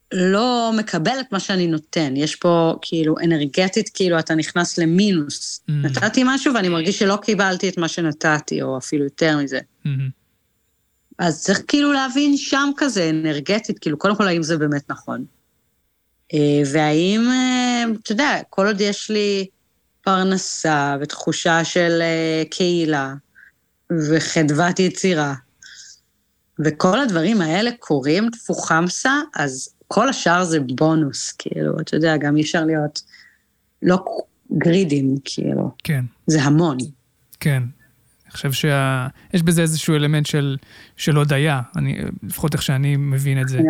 לא מקבל את מה שאני נותן. יש פה כאילו אנרגטית, כאילו אתה נכנס למינוס. נתתי משהו ואני מרגיש שלא קיבלתי את מה שנתתי, או אפילו יותר מזה. אז צריך כאילו להבין שם כזה אנרגטית, כאילו קודם כל האם זה באמת נכון. והאם, אתה יודע, כל עוד יש לי פרנסה ותחושה של קהילה וחדוות יצירה, וכל הדברים האלה קורים תפוחמסה, אז כל השאר זה בונוס, כאילו, אתה יודע, גם אי אפשר להיות לא גרידים, כאילו. כן. זה המון. כן. אני חושב שיש בזה איזשהו אלמנט של הודיה, לפחות איך שאני מבין את זה.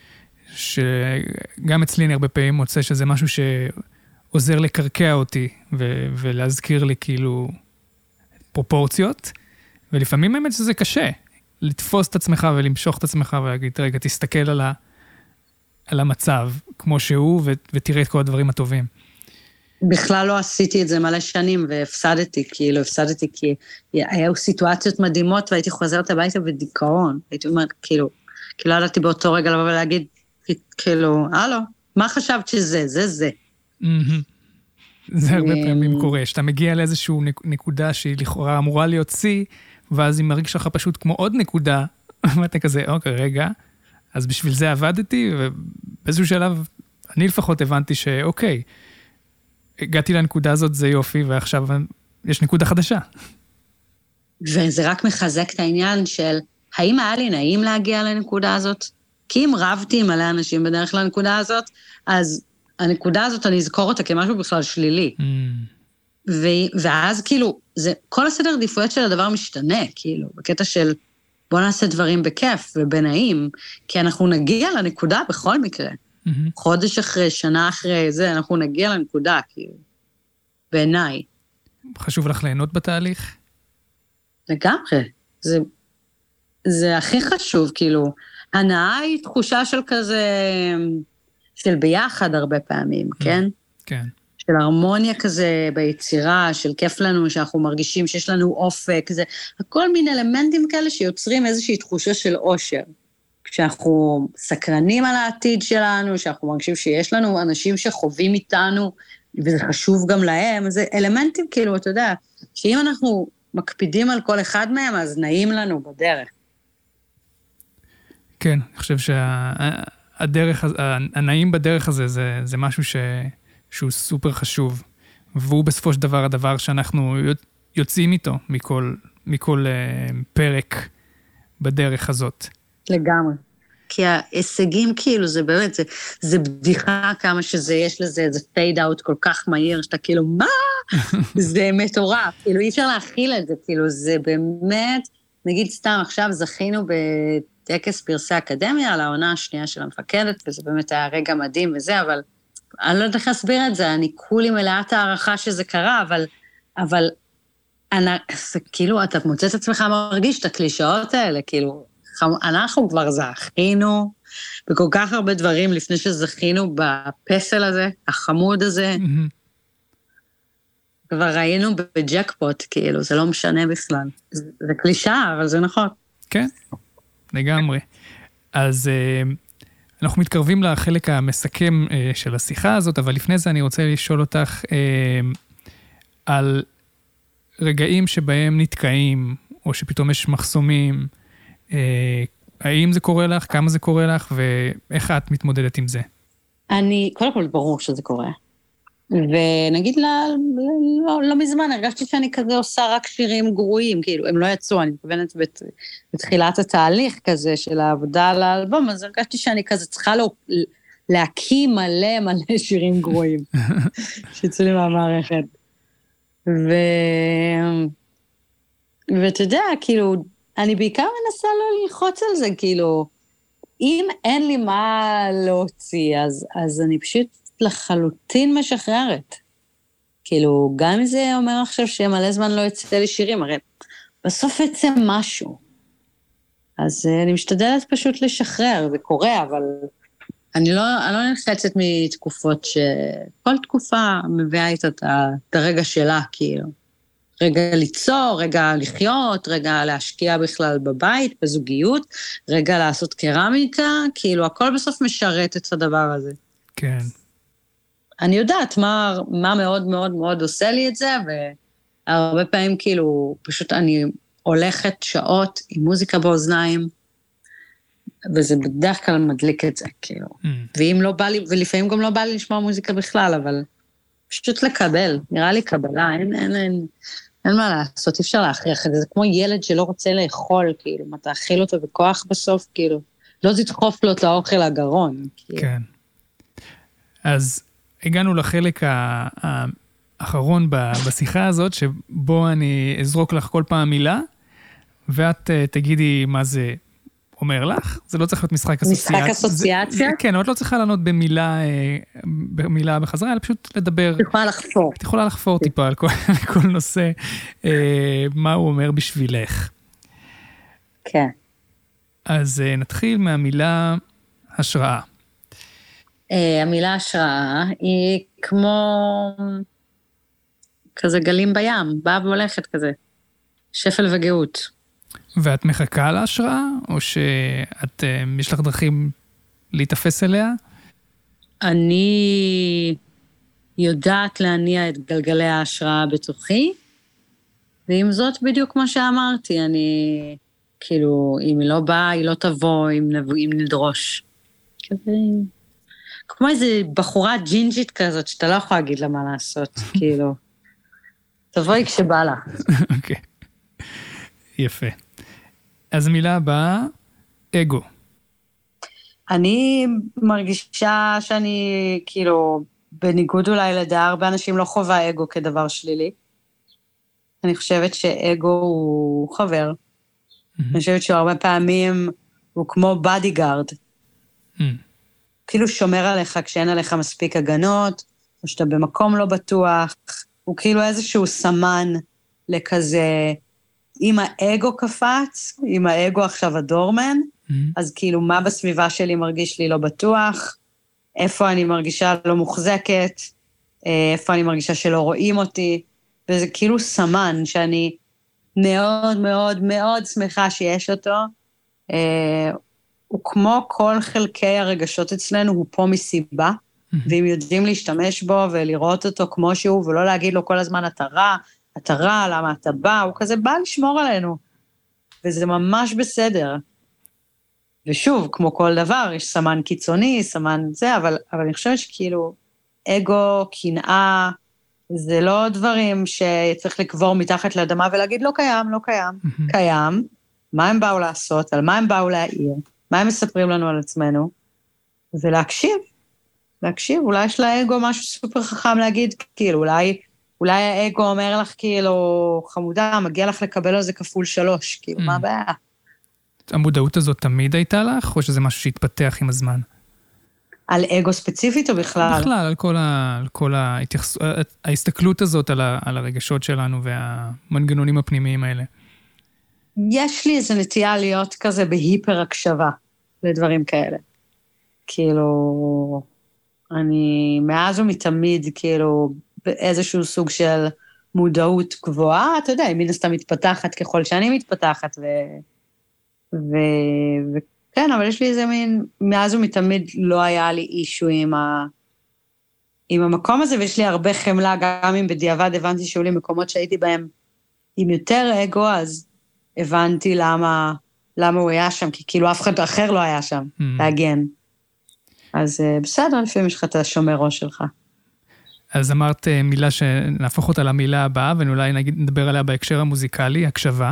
שגם אצלי אני הרבה פעמים מוצא שזה משהו שעוזר לקרקע אותי, ולהזכיר לי כאילו פרופורציות, ולפעמים באמת שזה קשה, לתפוס את עצמך ולמשוך את עצמך ולהגיד, רגע, תסתכל על המצב כמו שהוא, ותראה את כל הדברים הטובים. בכלל לא עשיתי את זה מלא שנים, והפסדתי כי היו סיטואציות מדהימות, והייתי חוזרת הביתה בדיכאון. הייתי אומרת, כאילו, לא ידעתי באותו רגע לבוא ולהגיד, כאילו, הלו, מה חשבת שזה? זה. זה הרבה פעמים קורה, שאתה מגיע לאיזושהי נקודה שהיא לכאורה אמורה להיות C, ואז היא מרגיש לך פשוט כמו עוד נקודה, ואתה כזה, אוקיי, רגע, אז בשביל זה עבדתי, ובאיזשהו שלב, אני לפחות הבנתי שאוקיי, הגעתי לנקודה הזאת, זה יופי, ועכשיו יש נקודה חדשה. וזה רק מחזק את העניין של, האם היה לי נעים להגיע לנקודה הזאת? כי אם רבתי עם מלא אנשים בדרך לנקודה הזאת, אז הנקודה הזאת, אני אזכור אותה כמשהו בכלל שלילי. ואז כאילו, כל הסדר עדיפויות של הדבר משתנה, כאילו, בקטע של, בוא נעשה דברים בכיף ובנעים, כי אנחנו נגיע לנקודה בכל מקרה. חודש אחרי, שנה אחרי זה, אנחנו נגיע לנקודה, כאילו, בעיניי. חשוב לך ליהנות בתהליך? לגמרי. זה הכי חשוב, כאילו, הנאה היא תחושה של כזה, של ביחד הרבה פעמים, כן? כן. של הרמוניה כזה ביצירה, של כיף לנו, שאנחנו מרגישים שיש לנו אופק, זה הכל מין אלמנטים כאלה שיוצרים איזושהי תחושה של אושר. כשאנחנו סקרנים על העתיד שלנו, שאנחנו מרגישים שיש לנו אנשים שחווים איתנו, וזה חשוב גם להם, זה אלמנטים כאילו, אתה יודע, שאם אנחנו מקפידים על כל אחד מהם, אז נעים לנו בדרך. כן, אני חושב הנעים בדרך הזה, זה משהו שהוא סופר חשוב, והוא בסופו של דבר הדבר שאנחנו יוצאים איתו מכל פרק בדרך הזאת. לגמרי. כי ההישגים כאילו זה באמת, זה בדיחה כמה שזה, יש לזה איזה פייד אאוט כל כך מהיר, שאתה כאילו, מה? זה מטורף, כאילו אי אפשר להכיל את זה, כאילו זה באמת, נגיד סתם עכשיו זכינו בטקס פרסי אקדמיה, על העונה השנייה של המפקדת, וזה באמת היה רגע מדהים וזה, אבל אני לא יודעת איך להסביר את זה, אני כולי מלאת הערכה שזה קרה, אבל כאילו אתה מוצא את עצמך מרגיש את הקלישאות האלה, כאילו, אנחנו כבר זכינו בכל כך הרבה דברים לפני שזכינו בפסל הזה, החמוד הזה. כבר ראינו בג'קפוט, כאילו, זה לא משנה בכלל. זה קלישה, אבל זה נכון. כן, לגמרי. אז אנחנו מתקרבים לחלק המסכם של השיחה הזאת, אבל לפני זה אני רוצה לשאול אותך על רגעים שבהם נתקעים, או שפתאום יש מחסומים, האם זה קורה לך, כמה זה קורה לך, ואיך את מתמודדת עם זה? קודם כל ברור שזה קורה. ונגיד לא מזמן, הרגשתי שאני כזה עושה רק שירים גרועים, כאילו, הם לא יצאו, אני מתכוונת בתחילת התהליך כזה של העבודה על האלבום, אז הרגשתי שאני כזה צריכה להקים מלא שירים גרועים, שיצאו לי מהמערכת. ואתה יודע, כאילו, אני בעיקר מנסה לא ללחוץ על זה, כאילו, אם אין לי מה להוציא, אז אני פשוט לחלוטין משחררת. כאילו, גם אם זה אומר עכשיו שמלא זמן לא יצא לי שירים, הרי בסוף יצא משהו. אז אני משתדלת פשוט לשחרר, זה קורה, אבל אני לא נלחצת מתקופות שכל תקופה מביאה איתה את הרגע שלה, כאילו. רגע ליצור, רגע לחיות, רגע להשקיע בכלל בבית, בזוגיות, רגע לעשות קרמיקה, כאילו הכל בסוף משרת את הדבר הזה. כן. אני יודעת מה מאוד מאוד מאוד עושה לי את זה, והרבה פעמים כאילו פשוט אני הולכת שעות עם מוזיקה באוזניים, וזה בדרך כלל מדליק את זה, כאילו. ואם לא בא לי, ולפעמים גם לא בא לי לשמוע מוזיקה בכלל, אבל פשוט לקבל, נראה לי קבלה, אין מה לעשות, אי אפשר להכריח את זה, זה כמו ילד שלא רוצה לאכול, כאילו, מה תאכיל אותו בכוח בסוף, כאילו, לא תדחוף לו את האוכל לגרון. כאילו. כן. אז הגענו לחלק האחרון בשיחה הזאת, שבו אני אזרוק לך כל פעם מילה, ואת תגידי מה זה אומר לך, זה לא צריך להיות משחק אסוציאציה. משחק אסוציאציה? כן, את לא צריכה לענות במילה בחזרה, אלא פשוט לדבר. את יכולה לחפור. את יכולה לחפור טיפה על כל נושא, מה הוא אומר בשבילך. כן. אז נתחיל מהמילה השראה. המילה השראה היא כמו כזה גלים בים, באה והולכת כזה, שפל וגאות. ואת מחכה להשראה, או שאת, יש לך דרכים להתאפס אליה? אני יודעת להניע את גלגלי ההשראה בתוכי, ועם זאת בדיוק כמו שאמרתי, אני, כאילו, אם היא לא באה, היא לא תבוא, אם נדרוש. כזה, כמו איזה בחורה ג'ינג'ית כזאת, שאתה לא יכול להגיד לה מה לעשות, כאילו. תבואי כשבא לה. אוקיי. יפה. אז המילה הבאה, אגו. אני מרגישה שאני, כאילו, בניגוד אולי לדעה, הרבה אנשים לא חובה אגו כדבר שלילי. אני חושבת שאגו הוא חבר. אני חושבת שהרבה פעמים הוא כמו בדיגארד. כאילו שומר עליך כשאין עליך מספיק הגנות, או שאתה במקום לא בטוח. הוא כאילו איזשהו סמן לכזה, אם האגו קפץ, אם האגו עכשיו הדורמן, אז כאילו מה בסביבה שלי מרגיש לי לא בטוח, איפה אני מרגישה לא מוחזקת, איפה אני מרגישה שלא רואים אותי, וזה כאילו סמן שאני מאוד מאוד מאוד שמחה שיש אותו, הוא כמו כל חלקי הרגשות אצלנו, הוא פה מסיבה, ואם יודעים להשתמש בו ולראות אותו כמו שהוא, ולא להגיד לו כל הזמן אתה רע, למה אתה בא, הוא כזה בא לשמור עלינו, וזה ממש בסדר. ושוב, כמו כל דבר, יש סמן קיצוני, סמן זה, אבל אני חושבת שכאילו, אגו, קנאה, זה לא דברים שצריך לקבור מתחת לאדמה ולהגיד, לא קיים, לא קיים, קיים, מה הם באו לעשות, על מה הם באו להעיר, מה הם מספרים לנו על עצמנו, ולהקשיב, אולי יש לאגו משהו סופר חכם להגיד, כאילו, אולי האגו אומר לך, כאילו, חמודה, מגיע לך לקבל על זה כפול 3, כאילו, מה הבעיה? המודעות הזאת תמיד הייתה לך, או שזה משהו שהתפתח עם הזמן? על אגו ספציפית או בכלל? בכלל, על כל ההסתכלות הזאת על הרגשות שלנו והמנגנונים הפנימיים האלה. יש לי איזו נטייה להיות כזה בהיפר הקשבה לדברים כאלה. כאילו, אני מאז ומתמיד, כאילו, באיזשהו סוג של מודעות גבוהה, אתה יודע, מן הסתם מתפתחת ככל שאני מתפתחת, וכן, אבל יש לי איזה מין, מאז ומתמיד לא היה לי אישו עם המקום הזה, ויש לי הרבה חמלה, גם אם בדיעבד הבנתי שהיו לי מקומות שהייתי בהם עם יותר אגו, אז הבנתי למה הוא היה שם, כי כאילו אף אחד אחר לא היה שם, להגן. אז בסדר, לפעמים יש לך את השומר ראש שלך. אז אמרת מילה שנהפוך אותה למילה הבאה, ואולי נדבר עליה בהקשר המוזיקלי, הקשבה.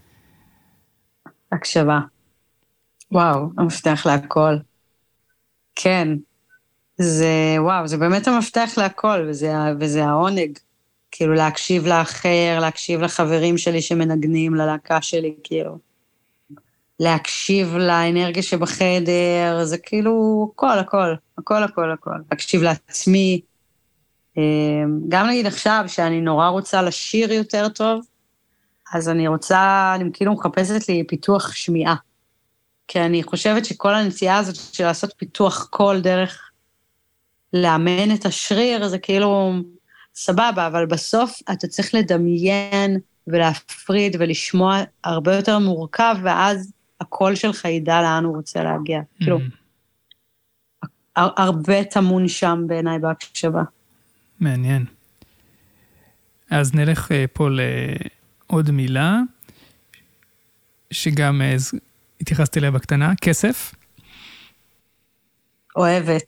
הקשבה. וואו, המפתח להכל. כן. זה באמת המפתח להכל, וזה העונג. כאילו להקשיב לאחר, להקשיב לחברים שלי שמנגנים, ללהקה שלי, כאילו. להקשיב לאנרגיה שבחדר, זה כאילו הכל. להקשיב לעצמי. גם נגיד עכשיו שאני נורא רוצה לשיר יותר טוב, אז אני כאילו מחפשת לי פיתוח שמיעה. כי אני חושבת שכל הנסיעה הזאת של לעשות פיתוח קול דרך לאמן את השריר, זה כאילו, סבבה, אבל בסוף אתה צריך לדמיין ולהפריד ולשמוע הרבה יותר מורכב, ואז הקול שלך ידע לאן הוא רוצה להגיע. כאילו, הרבה תמון שם בעיניי בהקשבה. מעניין. אז נלך פה לעוד מילה, שגם התייחסתי אליה בקטנה, כסף. אוהבת.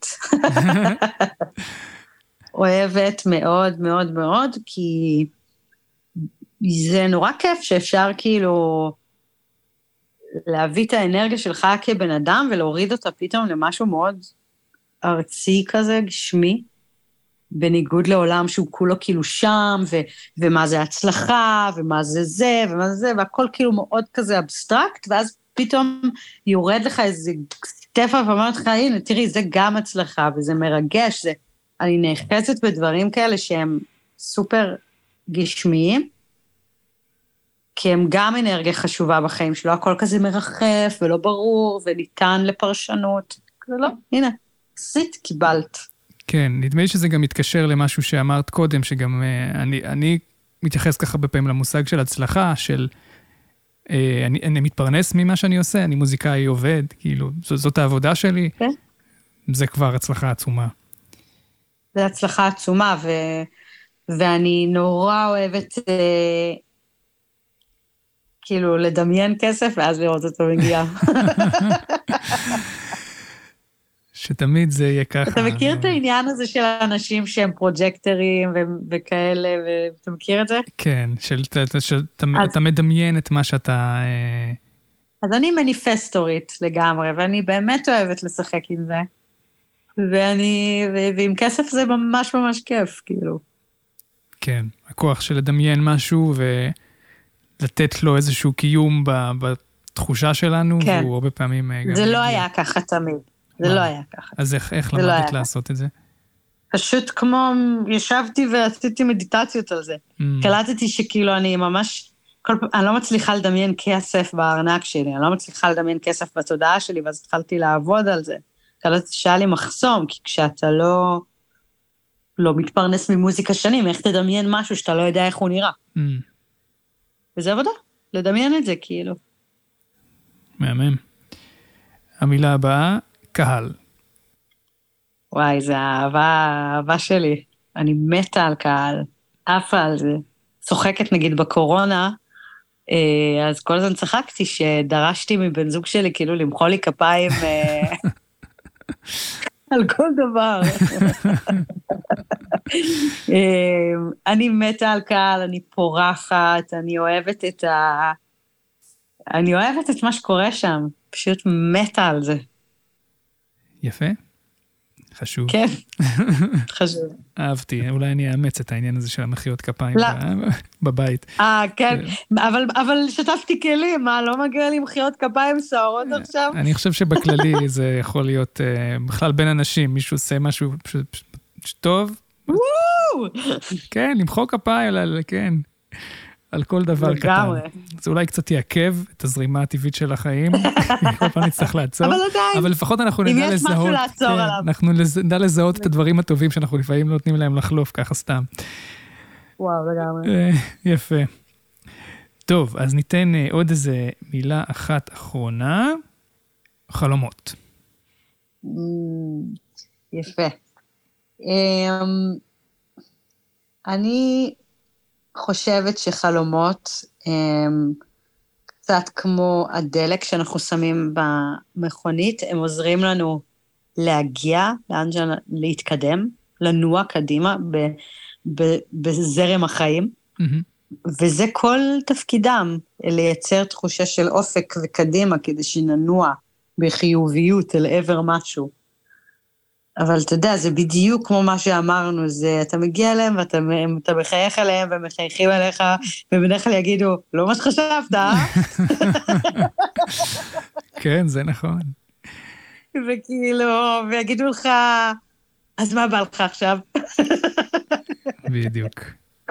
אוהבת מאוד מאוד מאוד, כי זה נורא כיף שאפשר כאילו להביא את האנרגיה שלך כבן אדם ולהוריד אותה פתאום למשהו מאוד ארצי כזה, גשמי, בניגוד לעולם שהוא כולו כאילו שם, ומה זה הצלחה, ומה זה זה, ומה זה, והכל כאילו מאוד כזה אבסטרקט, ואז פתאום יורד לך איזה סטפה ואומרת לך, הנה, תראי, זה גם הצלחה, וזה מרגש, אני נחפצת בדברים כאלה שהם סופר גשמיים, כי הם גם אנרגיה חשובה בחיים שלו, הכל כזה מרחף ולא ברור, וניתן לפרשנות. זה לא, הנה, עשית, קיבלת. כן, נדמה לי שזה גם מתקשר למשהו שאמרת קודם, שגם אני מתייחס ככה הרבה פעמים למושג של הצלחה, של אני מתפרנס ממה שאני עושה, אני מוזיקאי עובד, כאילו, זאת העבודה שלי, כן. זה כבר הצלחה עצומה. זה הצלחה עצומה, ואני נורא אוהבת כאילו לדמיין כסף, ואז לראות אותו מגיע. שתמיד זה יהיה ככה. אתה מכיר את העניין הזה של האנשים שהם פרוג'קטרים וכאלה, ואתה מכיר את זה? כן, אתה מדמיין את מה שאתה... אז אני מניפסטורית לגמרי, ואני באמת אוהבת לשחק עם זה. ועם כסף זה ממש ממש כיף, כאילו. כן, הכוח של לדמיין משהו ולתת לו איזשהו קיום בתחושה שלנו, כן. והוא הרבה פעמים... זה לא היה ככה תמיד. זה לא היה ככה. אז איך למדת לעשות את זה? פשוט כמו, ישבתי ועשיתי מדיטציות על זה. קלטתי שכאילו אני ממש, אני לא מצליחה לדמיין כסף בארנק שלי, אני לא מצליחה לדמיין כסף בתודעה שלי, ואז התחלתי לעבוד על זה. קלטתי שהיה לי מחסום, כי כשאתה לא מתפרנס ממוזיקה שנים, איך תדמיין משהו שאתה לא יודע איך הוא נראה. וזה עבודה, לדמיין את זה כאילו. מהמם. המילה הבאה, קהל. וואי, זה האהבה שלי. אני מתה על קהל, עפה על זה. צוחקת נגיד בקורונה, אז כל הזמן צחקתי שדרשתי מבן זוג שלי כאילו למחוא לי כפיים על כל דבר. אני מתה על קהל, אני פורחת, אני אוהבת את מה שקורה שם, פשוט מתה על זה. יפה. חשוב. כן, חשוב. אהבתי, אולי אני אאמץ את העניין הזה של המחיאות כפיים בבית. כן, אבל שתפתי כלים, מה, לא מגיע לי מחיאות כפיים סוערות עכשיו? אני חושב שבכללי זה יכול להיות, בכלל בין אנשים, מישהו עושה משהו טוב. כן, למחוא כפיים, כן. על כל דבר קטן. זה אולי קצת יעכב את הזרימה הטבעית של החיים, כל פעם נצטרך לעצור. אבל עדיין, אבל לפחות אנחנו נדע לזהות, אם יש משהו לעצור עליו. אנחנו נדע לזהות את הדברים הטובים שאנחנו לפעמים נותנים להם לחלוף, ככה סתם. וואו, לגמרי. יפה. טוב, אז ניתן עוד איזה מילה אחת אחרונה, חלומות. יפה. אני חושבת שחלומות קצת כמו הדלק שאנחנו שמים במכונית, הם עוזרים לנו להגיע, להתקדם, לנוע קדימה בזרם החיים, וזה כל תפקידם, לייצר תחושה של אופק וקדימה, כדי שננוע בחיוביות אל עבר משהו. אבל אתה יודע, זה בדיוק כמו מה שאמרנו, זה אתה מגיע אליהם ואתה מחייך אליהם ומחייכים אליך, ובדרך כלל יגידו, לא מה שחשבת, כן, זה נכון. וכאילו, ויגידו לך, אז מה בא לך עכשיו? בדיוק.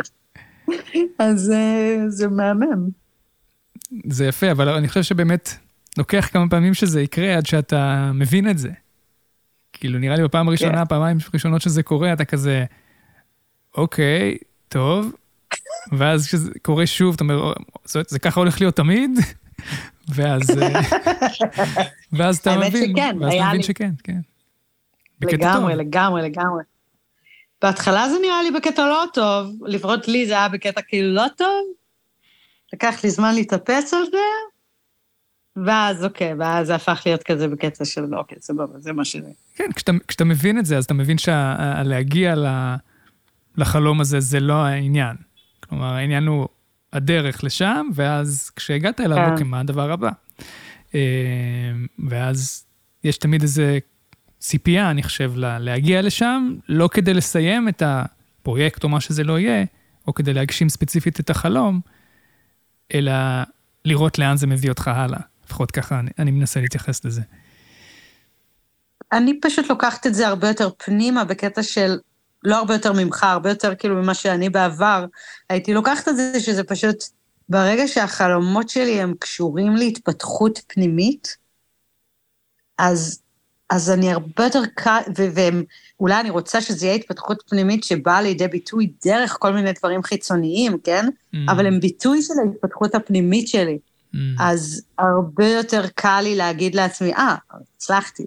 אז זה מהמם. זה יפה, אבל אני חושב שבאמת לוקח כמה פעמים שזה יקרה עד שאתה מבין את זה. כאילו, נראה לי בפעם הראשונה, פעמיים ראשונות שזה קורה, אתה כזה, אוקיי, טוב, ואז כשזה קורה שוב, אתה אומר, זה ככה הולך להיות תמיד, ואז אתה מבין, ואז אתה מבין שכן, כן. לגמרי. בהתחלה זה נראה לי בקטע לא טוב, לפחות לי זה היה בקטע כאילו לא טוב, לקח לי זמן להתאפס על זה, ואז אוקיי, ואז זה הפך להיות כזה בקטע של אוקיי, סבבה, זה מה שזה. כן, כשאתה מבין את זה, אז אתה מבין שלהגיע לחלום הזה זה לא העניין. כלומר, העניין הוא הדרך לשם, ואז כשהגעת אליו, אוקיי, מה הדבר הבא? ואז יש תמיד איזה ציפייה, אני חושב, להגיע לשם, לא כדי לסיים את הפרויקט או מה שזה לא יהיה, או כדי להגשים ספציפית את החלום, אלא לראות לאן זה מביא אותך הלאה. לפחות ככה אני מנסה להתייחס לזה. אני פשוט לוקחת את זה הרבה יותר פנימה, בקטע של, לא הרבה יותר ממך, הרבה יותר כאילו ממה שאני בעבר, הייתי לוקחת את זה שזה פשוט, ברגע שהחלומות שלי הם קשורים להתפתחות פנימית, אז אני הרבה יותר קל, ואולי אני רוצה שזה יהיה התפתחות פנימית שבאה לידי ביטוי דרך כל מיני דברים חיצוניים, כן? אבל הם ביטוי של ההתפתחות הפנימית שלי. אז הרבה יותר קל לי להגיד לעצמי, הצלחתי.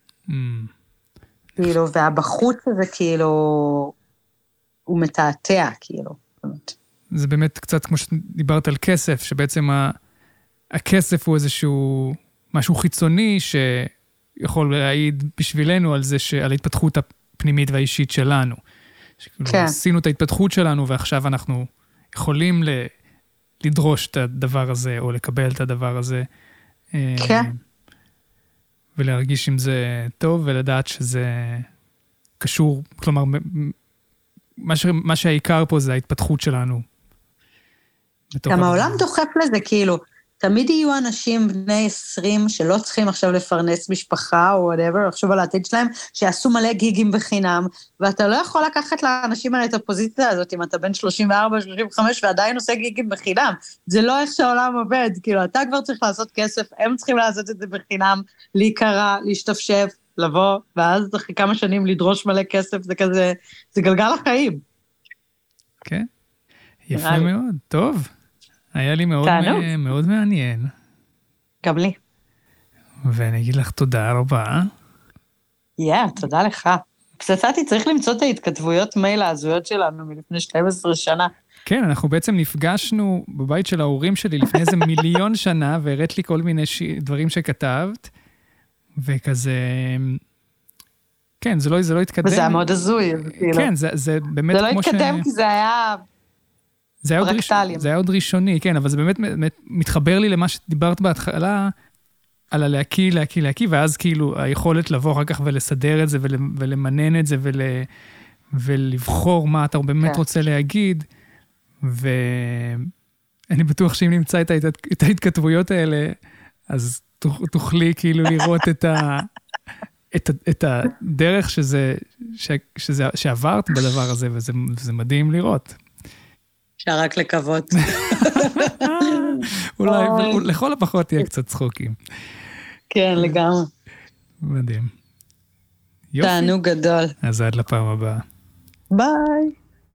כאילו, והבחוץ הזה כאילו, הוא מתעתע, כאילו. זה באמת קצת כמו שדיברת על כסף, שבעצם הכסף הוא איזשהו משהו חיצוני שיכול להעיד בשבילנו על זה, על ההתפתחות הפנימית והאישית שלנו. כן. עשינו את ההתפתחות שלנו, ועכשיו אנחנו יכולים לדרוש את הדבר הזה, או לקבל את הדבר הזה. כן. ולהרגיש אם זה טוב, ולדעת שזה קשור, כלומר, מה שהעיקר פה זה ההתפתחות שלנו. גם העולם דוחף לזה, כאילו, תמיד יהיו אנשים בני 20 שלא צריכים עכשיו לפרנס משפחה או whatever, לחשוב על העתיד שלהם, שיעשו מלא גיגים בחינם, ואתה לא יכול לקחת לאנשים האלה את הפוזיציה הזאת, אם אתה בן 34, 35 ועדיין עושה גיגים בחינם. זה לא איך שהעולם עובד, כאילו, אתה כבר צריך לעשות כסף, הם צריכים לעשות את זה בחינם, להיקרא, להשתפשף, לבוא, ואז אחרי כמה שנים לדרוש מלא כסף, זה כזה, זה גלגל החיים. כן, יפה מאוד, טוב. היה לי מאוד מעניין. גם לי. ואני אגיד לך תודה רבה. תודה לך. פצצתי, צריך למצוא את ההתכתבויות מייל ההזויות שלנו מלפני 12 שנה. כן, אנחנו בעצם נפגשנו בבית של ההורים שלי לפני איזה 1,000,000 שנה, והראית לי כל מיני דברים שכתבת, וכזה... כן, זה לא התקדם. וזה היה מאוד הזוי. כן, זה באמת כמו ש... זה לא התקדם כי זה היה... זה היה עוד ראשוני, כן, אבל זה באמת מתחבר לי למה שדיברת בהתחלה, על הלהקיא, ואז כאילו היכולת לבוא אחר כך ולסדר את זה, ולמנן את זה, ולבחור מה אתה באמת רוצה להגיד, ואני בטוח שאם נמצא את ההתכתבויות האלה, אז תוכלי כאילו לראות את הדרך שעברת בדבר הזה, וזה מדהים לראות. אפשר רק לקוות. אולי לכל הפחות תהיה קצת צחוקים. כן, לגמרי. מדהים. יופי. תענוג גדול. אז עד לפעם הבאה. ביי.